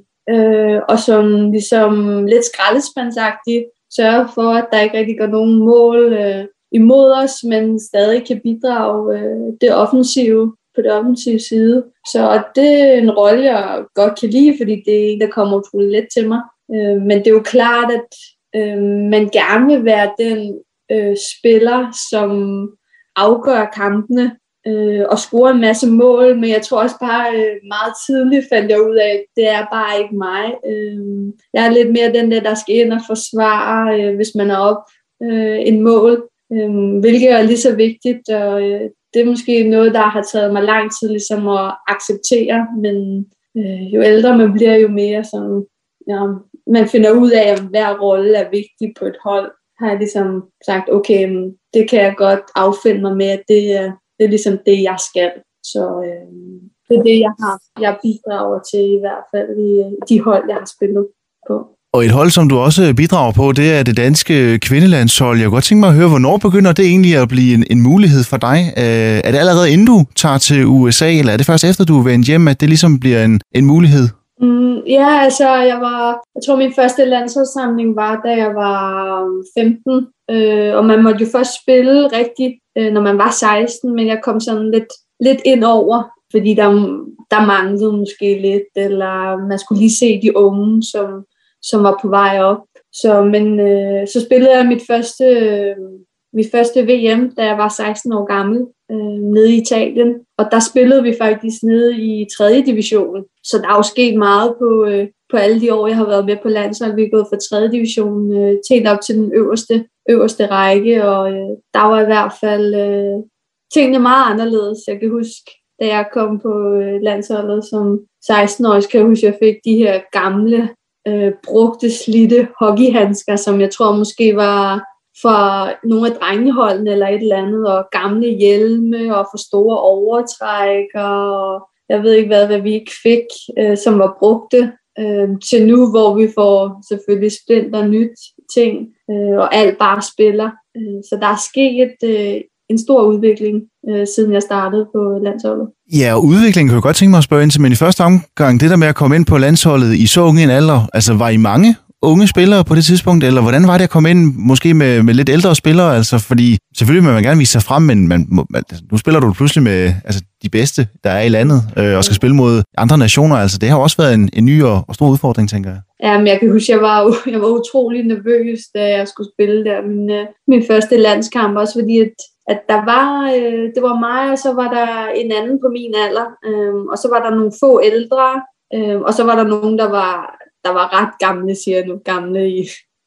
øh, og som ligesom lidt skraldespandsagtig, sørger for, at der ikke rigtig går nogen mål øh, imod os, men stadig kan bidrage øh, det offensive på det offensive side. Så det er en rolle, jeg godt kan lide, fordi det er en, der kommer utroligt let til mig. Øh, men det er jo klart, at øh, man gerne vil være den øh, spiller, som afgør kampene øh, og scorer en masse mål, men jeg tror også bare øh, meget tidligt fandt jeg ud af, at det er bare ikke mig. Øh, jeg er lidt mere den der, der skal ind og forsvare, øh, hvis man er op øh, en mål, øh, hvilket er lige så vigtigt, og øh, det er måske noget, der har taget mig lang tid ligesom at acceptere, men øh, jo ældre man bliver, jo mere sådan, ja, man finder ud af, at hver rolle er vigtig på et hold. Har jeg ligesom sagt, okay, det kan jeg godt affinde mig med, at det er, det er ligesom det, jeg skal. Så øh, det er det, jeg har. Jeg bidrager til i hvert fald i de hold, jeg har spillet på. Og et hold, som du også bidrager på, det er det danske kvindelandshold. Jeg kunne godt tænke mig at høre, hvornår begynder det egentlig at blive en, en mulighed for dig? Øh, er det allerede inden du tager til U S A, eller er det først efter du er vendt hjem, at det ligesom bliver en, en mulighed? Mm, ja, altså jeg var, jeg tror min første landsholdssamling var, da jeg var femten, øh, og man måtte jo først spille rigtigt, øh, når man var seksten, men jeg kom sådan lidt, lidt ind over, fordi der, der manglede måske lidt, eller man skulle lige se de unge, som som var på vej op. Så, men øh, så spillede jeg mit første, øh, mit første V M, da jeg var seksten år gammel, øh, nede i Italien. Og der spillede vi faktisk nede i tredje division. Så der er jo sket meget på, øh, på alle de år, jeg har været med på landshold. Vi er gået fra tredje division øh, til helt op til den øverste, øverste række. Og øh, der var i hvert fald øh, tingene meget anderledes. Jeg kan huske, da jeg kom på øh, landsholdet som seksten-årig, kan jeg huske, at jeg fik de her gamle Øh, brugte slidte hockeyhandsker, som jeg tror måske var for nogle af drengeholdene eller et eller andet, og gamle hjelme og for store overtrækker, og jeg ved ikke hvad, hvad vi ikke fik, øh, som var brugte, øh, til nu, hvor vi får selvfølgelig splinter nyt ting, øh, og alt bare spiller. Øh, så der er sket øh, en stor udvikling, øh, siden jeg startede på landsholdet. Ja, og udviklingen kan jeg godt tænke mig at spørge ind til, men i første omgang, det der med at komme ind på landsholdet i så unge en alder, altså var I mange unge spillere på det tidspunkt, eller hvordan var det at komme ind måske med, med lidt ældre spillere, altså fordi selvfølgelig må man gerne vise sig frem, men man må, nu spiller du pludselig med altså, de bedste, der er i landet, øh, og skal spille mod andre nationer, altså det har også været en, en ny og, og stor udfordring, tænker jeg. Ja, men jeg kan huske, jeg var, jeg var utrolig nervøs, da jeg skulle spille der min, min første landskamp, også fordi at at der var, øh, det var mig, og så var der en anden på min alder, øh, og så var der nogle få ældre, øh, og så var der nogen, der var, der var ret gamle, siger jeg nu, gamle i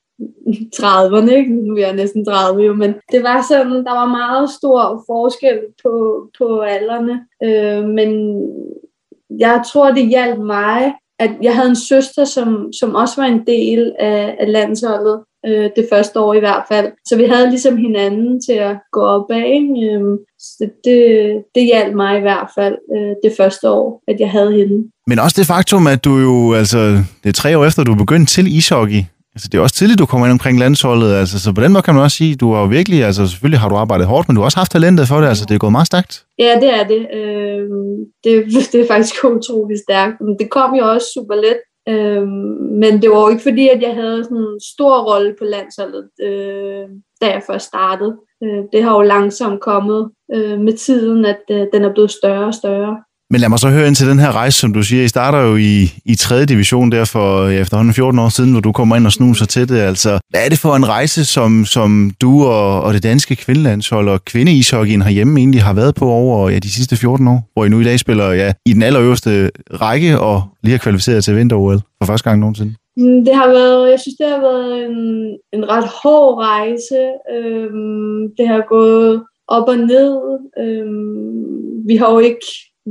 trediverne, ikke? Nu er jeg næsten tredive jo, men det var sådan, der var meget stor forskel på, på alderne, øh, men jeg tror, det hjalp mig, at jeg havde en søster, som, som også var en del af, af landsholdet, øh, det første år i hvert fald. Så vi havde ligesom hinanden til at gå op af. Øh, så det, det hjalp mig i hvert fald øh, det første år, at jeg havde hende. Men også det faktum, at du jo, altså, det er tre år efter, du begyndte til ishockey. Altså, det er også tidligt, du kommer ind omkring landsholdet, altså, så på den måde kan man også sige, du har virkelig, altså selvfølgelig har du arbejdet hårdt, men du har også haft talentet for det, altså det er gået meget stærkt. Ja, det er det. Øh, det, det er faktisk utroligt stærkt. Det kom jo også super let, øh, men det var jo ikke fordi, at jeg havde sådan en stor rolle på landsholdet, øh, da jeg først startede. Øh, det har jo langsomt kommet øh, med tiden, at øh, den er blevet større og større. Men lad mig så høre ind til den her rejse, som du siger. I starter jo i, i tredje division der for ja, efterhånden fjorten år siden, hvor du kommer ind og snuser til det. Altså, hvad er det for en rejse, som, som du og, og det danske kvindelandshold og kvindeishockeyen herhjemme egentlig har været på over ja, de sidste fjorten år? Hvor I nu i dag spiller ja, i den allerøverste række og lige har kvalificeret til vinter-O L for første gang nogensinde. Det har været, jeg synes, det har været en, en ret hård rejse. Øhm, det har gået op og ned. Øhm, vi har jo ikke,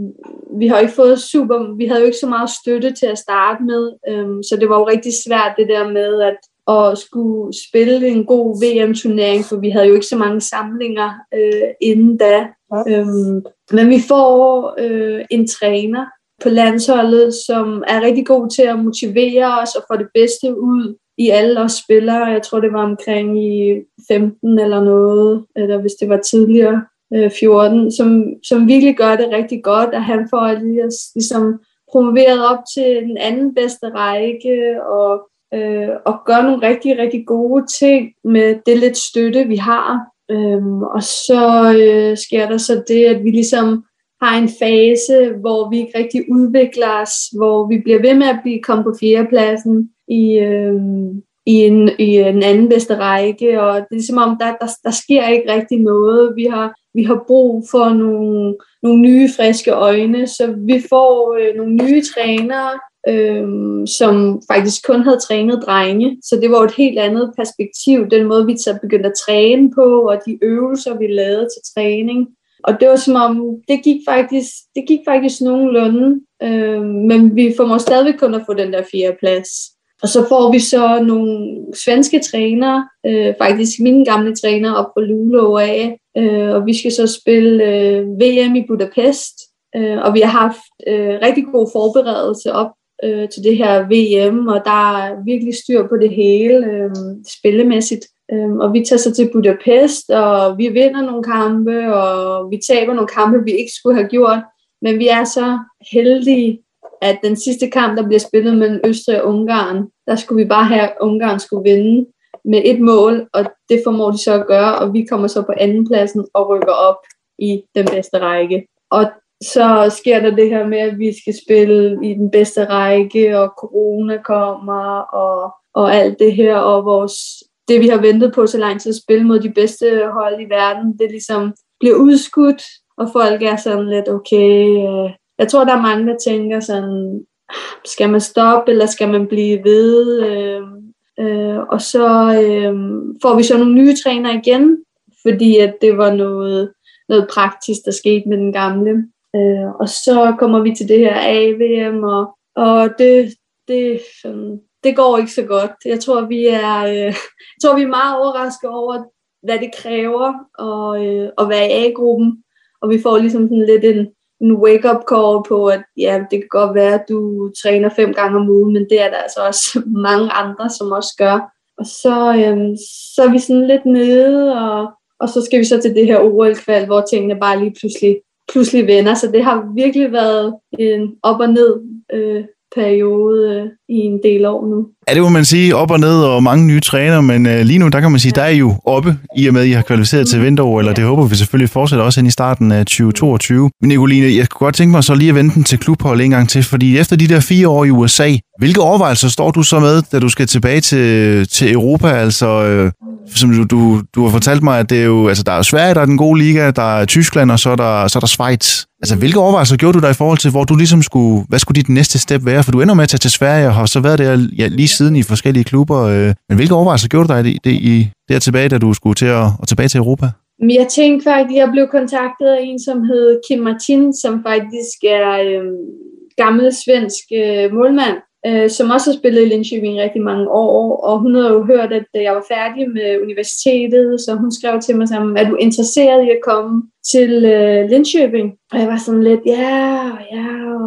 vi har ikke fået super, vi havde jo ikke så meget støtte til at starte med, øhm, så det var jo rigtig svært det der med at, at skulle spille en god V M-turnering, for vi havde jo ikke så mange samlinger øh, inden da. Ja. Øhm, men vi får øh, en træner på landsholdet, som er rigtig god til at motivere os og få det bedste ud i alle os spillere. Jeg tror, det var omkring i femten eller noget, eller hvis det var tidligere, fjorten, som, som virkelig gør det rigtig godt, at han får lige ligesom promoveret op til den anden bedste række, og, øh, og gør nogle rigtig, rigtig gode ting med det lidt støtte, vi har. Øhm, og så øh, sker der så det, at vi ligesom har en fase, hvor vi ikke rigtig udvikler os, hvor vi bliver ved med at blive komme på fjerdepladsen i, øh, i, en, i en anden bedste række, og det er som om, der, der, der sker ikke rigtig noget. Vi har, vi har brug for nogle, nogle nye, friske øjne, så vi får øh, nogle nye trænere, øh, som faktisk kun havde trænet drenge, så det var et helt andet perspektiv, den måde, vi så begyndte at træne på, og de øvelser, vi lavede til træning. Og det var som om, det gik faktisk, det gik faktisk nogenlunde, øh, men vi formår stadigvæk kun at få den der fjerde plads. Og så får vi så nogle svenske trænere, øh, faktisk mine gamle trænere op på Luleå af, øh, og vi skal så spille øh, V M i Budapest, øh, og vi har haft øh, rigtig god forberedelse op øh, til det her V M, og der er virkelig styr på det hele øh, spillemæssigt. Øh, og vi tager så til Budapest, og vi vinder nogle kampe, og vi taber nogle kampe, vi ikke skulle have gjort, men vi er så heldige, at den sidste kamp, der bliver spillet mellem Østrig og Ungarn, der skulle vi bare have, at Ungarn skulle vinde med et mål, og det formår de så at gøre, og vi kommer så på andenpladsen og rykker op i den bedste række. Og så sker der det her med, at vi skal spille i den bedste række, og corona kommer, og, og alt det her, og vores, det vi har ventet på så lang tid at spille mod de bedste hold i verden, det ligesom bliver udskudt, og folk er sådan lidt, okay, øh, jeg tror, der er mange, der tænker sådan, skal man stoppe, eller skal man blive ved? Øh, øh, og så øh, får vi så nogle nye træner igen, fordi at det var noget, noget praktisk, der skete med den gamle. Øh, og så kommer vi til det her A V M, og, og det, det, sådan, det går ikke så godt. Jeg tror, vi er, øh, jeg tror, vi er meget overrasket over, hvad det kræver at, øh, at være i A-gruppen. Og vi får ligesom sådan lidt en en wake-up call på, at ja, det kan godt være, at du træner fem gange om ugen, men det er der altså også mange andre, som også gør. Og så, øhm, så er vi sådan lidt nede, og, og så skal vi så til det her O L-kval, hvor tingene bare lige pludselig, pludselig vender. Så det har virkelig været en op og ned øh, periode øh, i en del år nu. Ja, det må man sige, op og ned og mange nye træner, men øh, lige nu, der kan man sige, der er I jo oppe, i og med, at I har kvalificeret til vinter-O L, eller det håber vi selvfølgelig fortsætter også ind i starten af tyve toogtyve. Men Nicoline, jeg kunne godt tænke mig så lige at vente den til klubhold en gang til, fordi efter de der fire år i U S A, hvilke overvejelser står du så med, da du skal tilbage til, til Europa? Altså, øh, som du, du, du har fortalt mig, at det er jo, altså, der er Sverige, der er den gode liga, der er Tyskland, og så er der, så er der Schweiz. Altså, hvilke overvejelser gjorde du der i forhold til, hvor du ligesom skulle, hvad skulle dit næste step være? For du ender med at tage til Sverige, og har så været der ja, lige siden i forskellige klubber. Øh. Men hvilke overvejelser gjorde du dig i, det, i der tilbage, da du skulle til at, at tilbage til Europa? Jeg tænkte faktisk, at jeg blev kontaktet af en, som hed Kim Martin, som faktisk er øh, gammel svensk øh, målmand, øh, som også har spillet i Linköping rigtig mange år, og hun havde jo hørt, at jeg var færdig med universitetet, så hun skrev til mig sammen, er du interesseret i at komme til øh, Linköping? Og jeg var sådan lidt, ja, ja,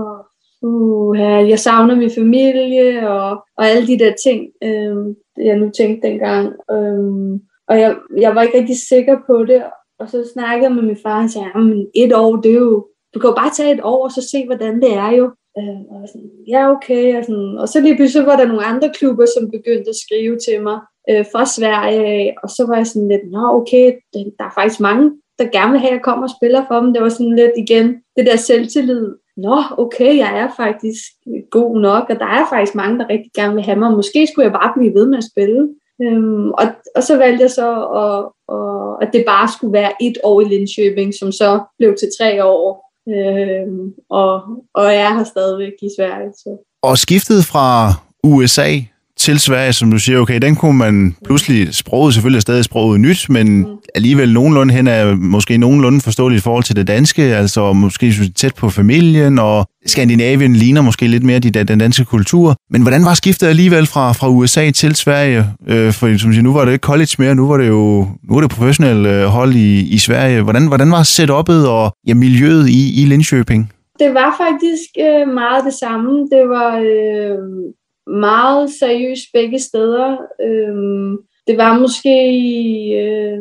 uh, jeg savner min familie, og, og alle de der ting, øh, jeg nu tænkte dengang. Øh, og jeg, jeg var ikke rigtig sikker på det, og så snakkede jeg med min far, og sagde, jamen et år, det er jo, du kan jo bare tage et år, og så se, hvordan det er jo. Øh, og jeg sådan, ja, okay. Og, sådan, og så lige pludselig var der nogle andre klubber, som begyndte at skrive til mig øh, fra Sverige, og så var jeg sådan lidt, nå okay, der er faktisk mange, der gerne vil have, at jeg kommer og spiller for dem. Det var sådan lidt igen, det der selvtillid. Nå, okay, jeg er faktisk god nok, og der er faktisk mange, der rigtig gerne vil have mig. Måske skulle jeg bare blive ved med at spille. Øhm, og, og så valgte jeg så, at, at, at det bare skulle være et år i Linköping, som så blev til tre år. Øhm, og, og jeg er her stadigvæk i Sverige. Så. Og skiftet fra U S A til Sverige, som du siger, okay, den kunne man pludselig, sproget selvfølgelig er stadig sproget nyt, men mm. alligevel nogenlunde hen er måske nogenlunde forståeligt i forhold til det danske, altså måske tæt på familien, og Skandinavien ligner måske lidt mere de, den danske kultur. Men hvordan var skiftet alligevel fra, fra U S A til Sverige? Øh, for som siger, nu var det ikke college mere, nu var det jo nu er det professionelle hold i, i Sverige. Hvordan, hvordan var setup'et og ja, miljøet i, i Linköping? Det var faktisk øh, meget det samme. Det var øh, meget seriøst begge steder. Øh, det var måske øh,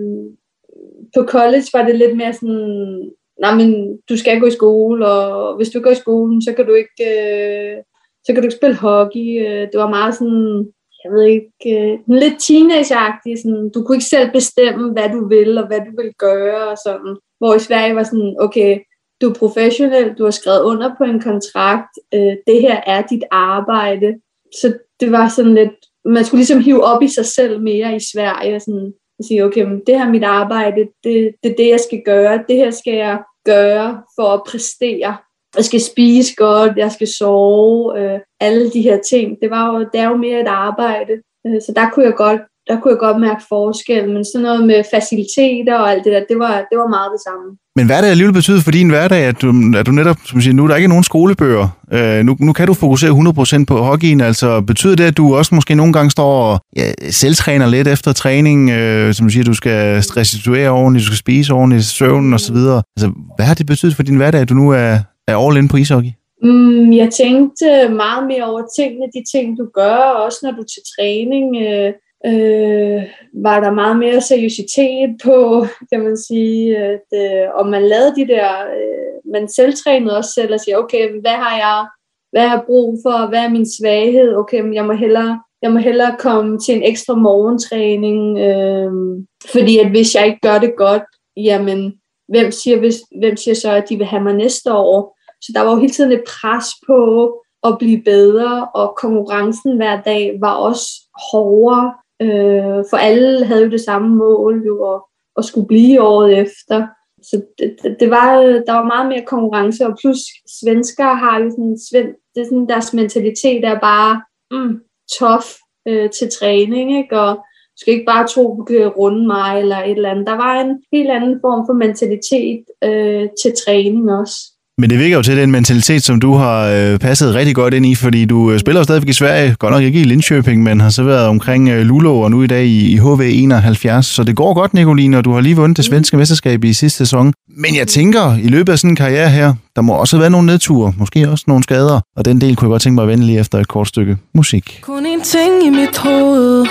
på college var det lidt mere sådan, nej, men du skal gå i skole, og hvis du går i skolen, så kan du ikke, øh, så kan du ikke spille hockey. Det var meget sådan, jeg ved ikke, øh, lidt teenageagtigt. Sådan, du kunne ikke selv bestemme, hvad du vil og hvad du vil gøre og sådan. Hvor i Sverige var sådan, okay, du er professionel, du har skrevet under på en kontrakt, øh, det her er dit arbejde. Så det var sådan lidt, man skulle ligesom hive op i sig selv mere i Sverige, sådan at sige, okay, men det her er mit arbejde, det, det er det, jeg skal gøre, det her skal jeg gøre for at præstere. Jeg skal spise godt, jeg skal sove, øh, alle de her ting. Det var jo, det er jo mere et arbejde, øh, så der kunne jeg godt Der kunne jeg godt mærke forskel, men sådan noget med faciliteter og alt det der, det var, det var meget det samme. Men hvad er det alligevel betyder for din hverdag, at du, at du netop, som siger, nu er der ikke nogen skolebøger, øh, nu, nu kan du fokusere hundrede procent på hockeyen, altså betyder det, at du også måske nogle gange står og ja, selvtræner lidt efter træning, øh, som du siger, du skal restituere ordentligt, du skal spise ordentligt, søvn og så videre. Altså, hvad har det betydet for din hverdag, at du nu er, er all in på ishockey? Mm, jeg tænkte meget mere over tingene, de ting du gør, også når du er til træning. Øh, Øh, var der meget mere seriøsitet på, kan man sige, at, øh, og man lavede de der, øh, man selvtrænede også selv og siger, okay, hvad har jeg, hvad har jeg brug for, hvad er min svaghed, okay, men jeg må hellere, jeg må hellere komme til en ekstra morgentræning, øh, fordi at hvis jeg ikke gør det godt, jamen, hvem siger, hvis, hvem siger så, at de vil have mig næste år? Så der var jo hele tiden et pres på at blive bedre, og konkurrencen hver dag var også hårdere. Øh, for alle havde jo det samme mål, jo, at, at skulle blive året efter. Så det, det, det var, der var meget mere konkurrence, og plus svenskere har jo sådan, det er sådan, deres mentalitet er bare mm, tough øh, til træning, ikke? Og du skal ikke bare tro, du kan runde mig eller et eller andet. Der var en helt anden form for mentalitet øh, til træning også. Men det virker jo til den mentalitet, som du har øh, passet rigtig godt ind i, fordi du øh, spiller jo stadigvæk i Sverige, godt nok ikke i Linköping, men har så været omkring øh, Luleå og nu i dag i, i H V enoghalvfjerds. Så det går godt, Nicoline, og du har lige vundet det svenske mesterskab i sidste sæson. Men jeg tænker, i løbet af sådan en karriere her, der må også have været nogle nedture, måske også nogle skader, og den del kunne jeg godt tænke mig at vende lige efter et kort stykke musik. Kun en ting i mit hoved,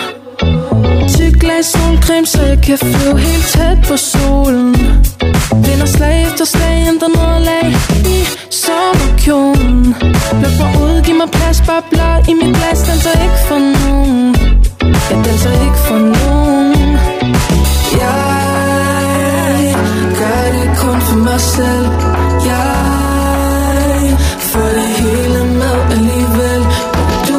tyk glas solcreme, så jeg kan flyve helt tæt på solen. Vinder slag efter slag, ændrer nederlag i sommerkjolen. Luk mig ud, giv mig plads, bare blot i mit glas. Danser ikke for nogen, jeg danser ikke for nogen. Jeg gør det kun for mig selv. Jeg får det hele med alligevel. Du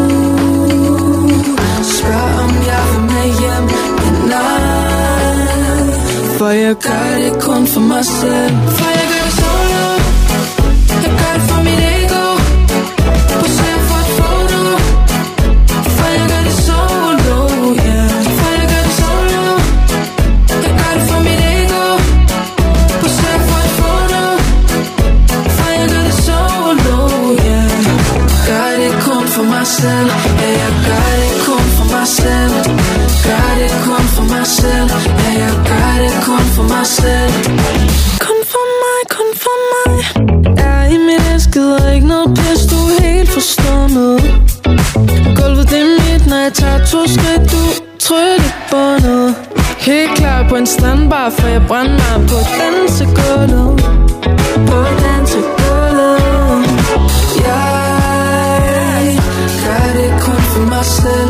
spørger om jeg vil med hjem, men nej, for jeg gør det kun for mig selv. For jeg gør det solo, jeg gør det for mit ego. Poserer for et foto, for jeg gør det solo, yeah. For jeg gør det solo, jeg gør det for mit ego. Poserer for et foto, for jeg gør det solo, yeah. Gør det kun for mig selv, ja, jeg gør det kun for mig selv. Gør det kun for mig selv, ja, jeg gør det kun for mig selv. Kun for mig, kun for mig. Jeg er i mit elskede og ikke noget pis, du er helt forstummet. Gulvet det er mit, når jeg tager to skridt, du trykker båndet. Helt klar på en standbar, for jeg brænder mig på dansegulvet. På dansegulvet. Jeg gør det kun for mig selv.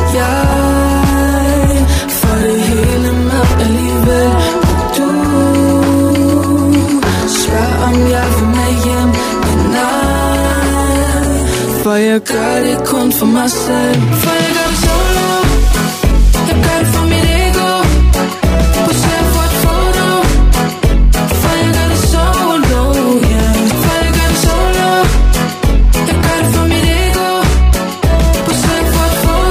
Jeg får det hele med alligevel. Du spørger om jeg vil med hjem, men nej, for jeg gør det kun for mig selv. For jeg gør det solo, jeg gør det for mit ego. Poserer for et foto, for jeg gør det solo, yeah. For jeg gør det solo, jeg gør det for mit ego. Poserer for et foto.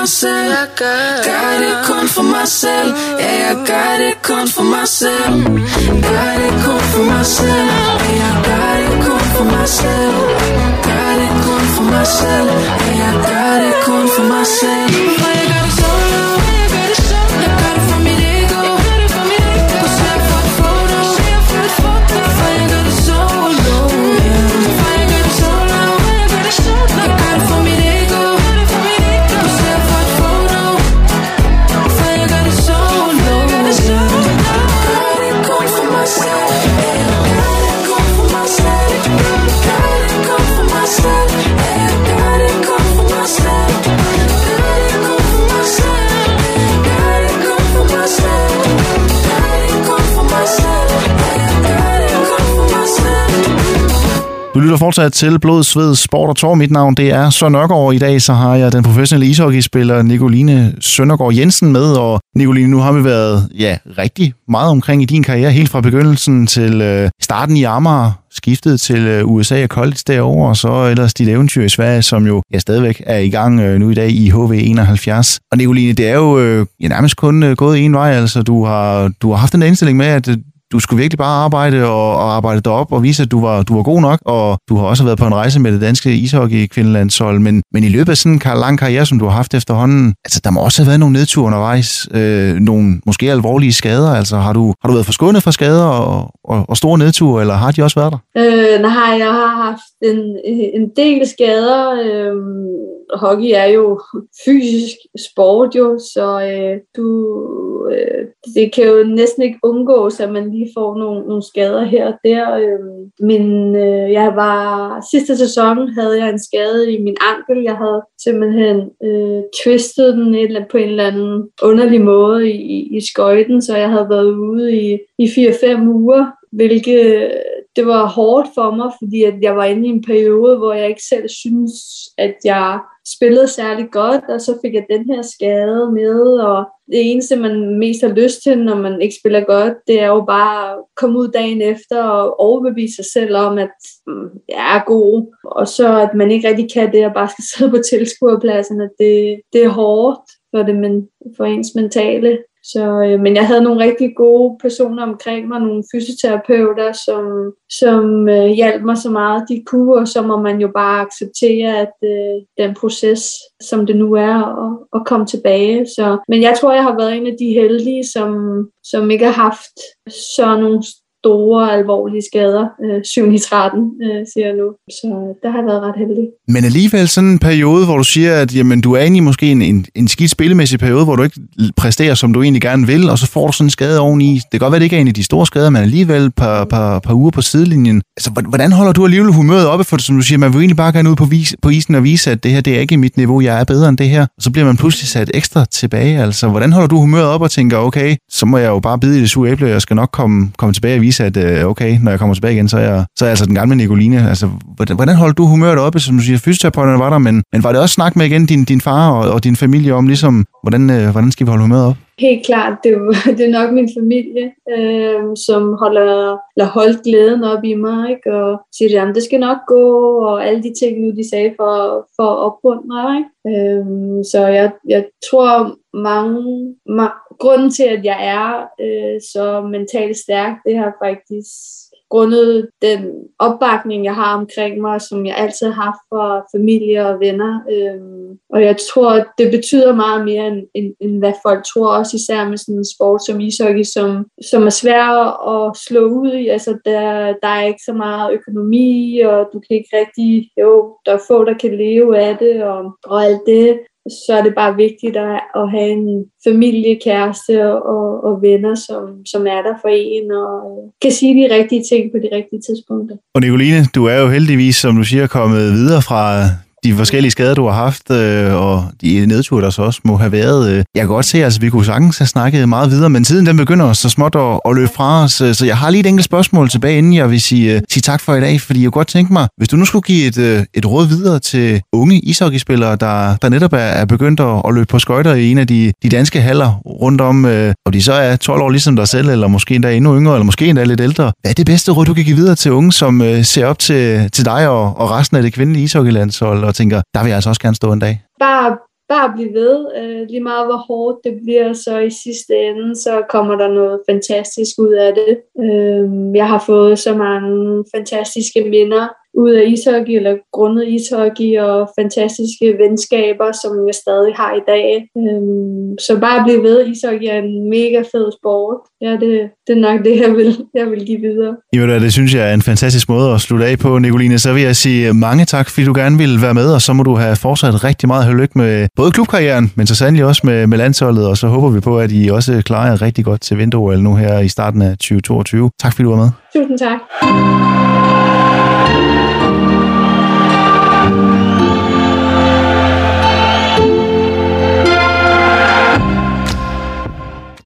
mig selv. Gør det kun for mig selv. Ja, jeg gør det kun for mig selv. Gør det kun for mig selv. Ja, jeg gør det kun for mig selv. Gør det kun for mig selv. Ja, jeg gør det kun for mig selv. For jeg gør det solo. Jeg gør det for mit ego. På snap for et foto. For jeg gør det solo. For jeg gør det solo. Jeg gør det for mit ego. På snap for et foto. For jeg gør det solo. Gør det kun for mig selv. Gør det kun for mig selv. Gør det kun for mig selv. Gør det kun for mig selv. Gør det kun for mig selv. Gør det kun for mig selv. Gør det kun for mig selv. Gør det kun for mig selv. Du lytter fortsat til Blod, Sved, Sport og Tår. Mit navn det er Søren Nørgaard. I dag så har jeg den professionelle ishockeyspiller Nicoline Søndergaard Jensen med. Og Nicoline, nu har vi været ja, rigtig meget omkring i din karriere, helt fra begyndelsen til øh, starten i Amager, skiftet til øh, U S A og college derovre, og så ellers dit eventyr i Sverige, som jo ja, stadigvæk er i gang øh, nu i dag i H V enoghalvfjerds. Og Nicoline, det er jo øh, ja, nærmest kun øh, gået en vej. Altså, du har, du har haft en indstilling med, at øh, du skulle virkelig bare arbejde og, og arbejde derop og vise, at du var, du var god nok, og du har også været på en rejse med det danske ishockey-kvindelandshold, men, men i løbet af sådan en lang karriere, som du har haft efterhånden, altså der må også have været nogle nedture undervejs, øh, nogle måske alvorlige skader, altså har du, har du været forskånet fra skader og, og, og store nedture, eller har de også været der? Øh, nej, jeg har haft en, en del skader. Øh, hockey er jo fysisk sport jo, så øh, du, øh, det kan jo næsten ikke undgås, at man lige får nogle, nogle skader her og der. Øh, men øh, jeg var, sidste sæson havde jeg en skade i min ankel. Jeg havde simpelthen øh, twistet den et, på en eller anden underlig måde i, i skøjten, så jeg havde været ude i, i fire fem uger, hvilket det var hårdt for mig, fordi at jeg var inde i en periode, hvor jeg ikke selv synes, at jeg spillede særlig godt, og så fik jeg den her skade med, og det eneste, man mest har lyst til, når man ikke spiller godt, det er jo bare at komme ud dagen efter og overbevise sig selv om, at mm, jeg er god, og så at man ikke rigtig kan det, og bare skal sidde på tilskuerpladsen, at det, det er hårdt for, det, men, for ens mentale. Så, øh, men jeg havde nogle rigtig gode personer omkring mig, nogle fysioterapeuter, som, som øh, hjalp mig så meget, de kunne, og så må man jo bare acceptere, at øh, den proces, som det nu er, at, at komme tilbage. Så, men jeg tror, jeg har været en af de heldige, som, som ikke har haft så nogle store, alvorlige skader. Øh, syv i tretten, øh, siger jeg nu. Så der har jeg været ret heldig. Men alligevel sådan en periode, hvor du siger, at jamen, du er inde i måske en, en, en skidt spillemæssig periode, hvor du ikke præsterer, som du egentlig gerne vil, og så får du sådan en skade oveni. Det kan godt være, det ikke er en af de store skader, men alligevel et par, par, par uger på sidelinjen. Altså, hvordan holder du alligevel humøret oppe? For som du siger, man vil egentlig bare gerne ud på, vis, på isen og vise, at det her, det er ikke mit niveau, jeg er bedre end det her. Og så bliver man pludselig sat ekstra tilbage. Altså, hvordan holder du humøret op og tænker, okay, så må jeg jo bare bide i det sure æble, og jeg skal nok komme, komme tilbage og vise, at okay, når jeg kommer tilbage igen, så er jeg, så er jeg altså den gamle Nicoline. Altså, hvordan, hvordan holder du humøret oppe? Som du siger, fysioterapeuterne var der, men, men var det også snak med igen din, din far og, og din familie om, ligesom, hvordan, øh, hvordan skal vi holde humøret op? Helt klart, det er, jo, det er nok min familie, øh, som holder, eller holdt glæden op i mig, ikke? Og siger, at det skal nok gå, og alle de ting, nu de sagde for, for at opmuntre. Øh, så jeg, jeg tror, mange, mange, grunden til, at jeg er øh, så mentalt stærk, det har faktisk grundet den opbakning, jeg har omkring mig, som jeg altid har haft fra familie og venner. Øhm, og jeg tror, det betyder meget mere, end, end, end hvad folk tror, også især med sådan en sport som ishockey, som, som er svær at slå ud i. Altså, der, der er ikke så meget økonomi, og du kan ikke rigtig, jo, der er få, der kan leve af det, og, og alt det. Så er det bare vigtigt at, at have en familie, kæreste og, og, og venner, som, som er der for en og kan sige de rigtige ting på de rigtige tidspunkter. Og Nicoline, du er jo heldigvis, som du siger, kommet videre fra de forskellige skader, du har haft, øh, og de nedture, der så også må have været. Øh. Jeg kan godt se, at altså, vi kunne sagtens have snakket meget videre, men tiden den begynder så småt at, at løbe fra os. Så jeg har lige et enkelt spørgsmål tilbage, inden jeg vil sige, uh, sige tak for i dag, fordi jeg kunne godt tænke mig, hvis du nu skulle give et, uh, et råd videre til unge ishockeyspillere, der, der netop er, er begyndt at, at løbe på skøjter i en af de, de danske haller rundt om, uh, og de så er tolv år ligesom dig selv, eller måske endda endnu yngre, eller måske endda lidt ældre. Hvad er det bedste råd, du kan give videre til unge, som uh, ser op til, til dig og, og resten af det kvindelige ishockeylandshold, og tænker, der vil jeg altså også gerne stå en dag? Bare bare blive ved. Øh, lige meget hvor hårdt det bliver, så i sidste ende, så kommer der noget fantastisk ud af det. Øh, jeg har fået så mange fantastiske minder ud af ishockey, eller grundet ishockey, og fantastiske venskaber, som jeg stadig har i dag. Øhm, så bare blive ved. Ishockey er en mega fed sport. Ja, det, det er nok det, jeg vil, jeg vil give videre. Jamen, det synes jeg er en fantastisk måde at slutte af på, Nicoline. Så vil jeg sige mange tak, fordi du gerne ville være med, og så må du have fortsat rigtig meget held og lykke med både klubkarrieren, men så sandelig også med, med landsholdet, og så håber vi på, at I også klarer jer rigtig godt til vinter-O L nu her i starten af tyve toogtyve. Tak fordi du var med. Tusind tak.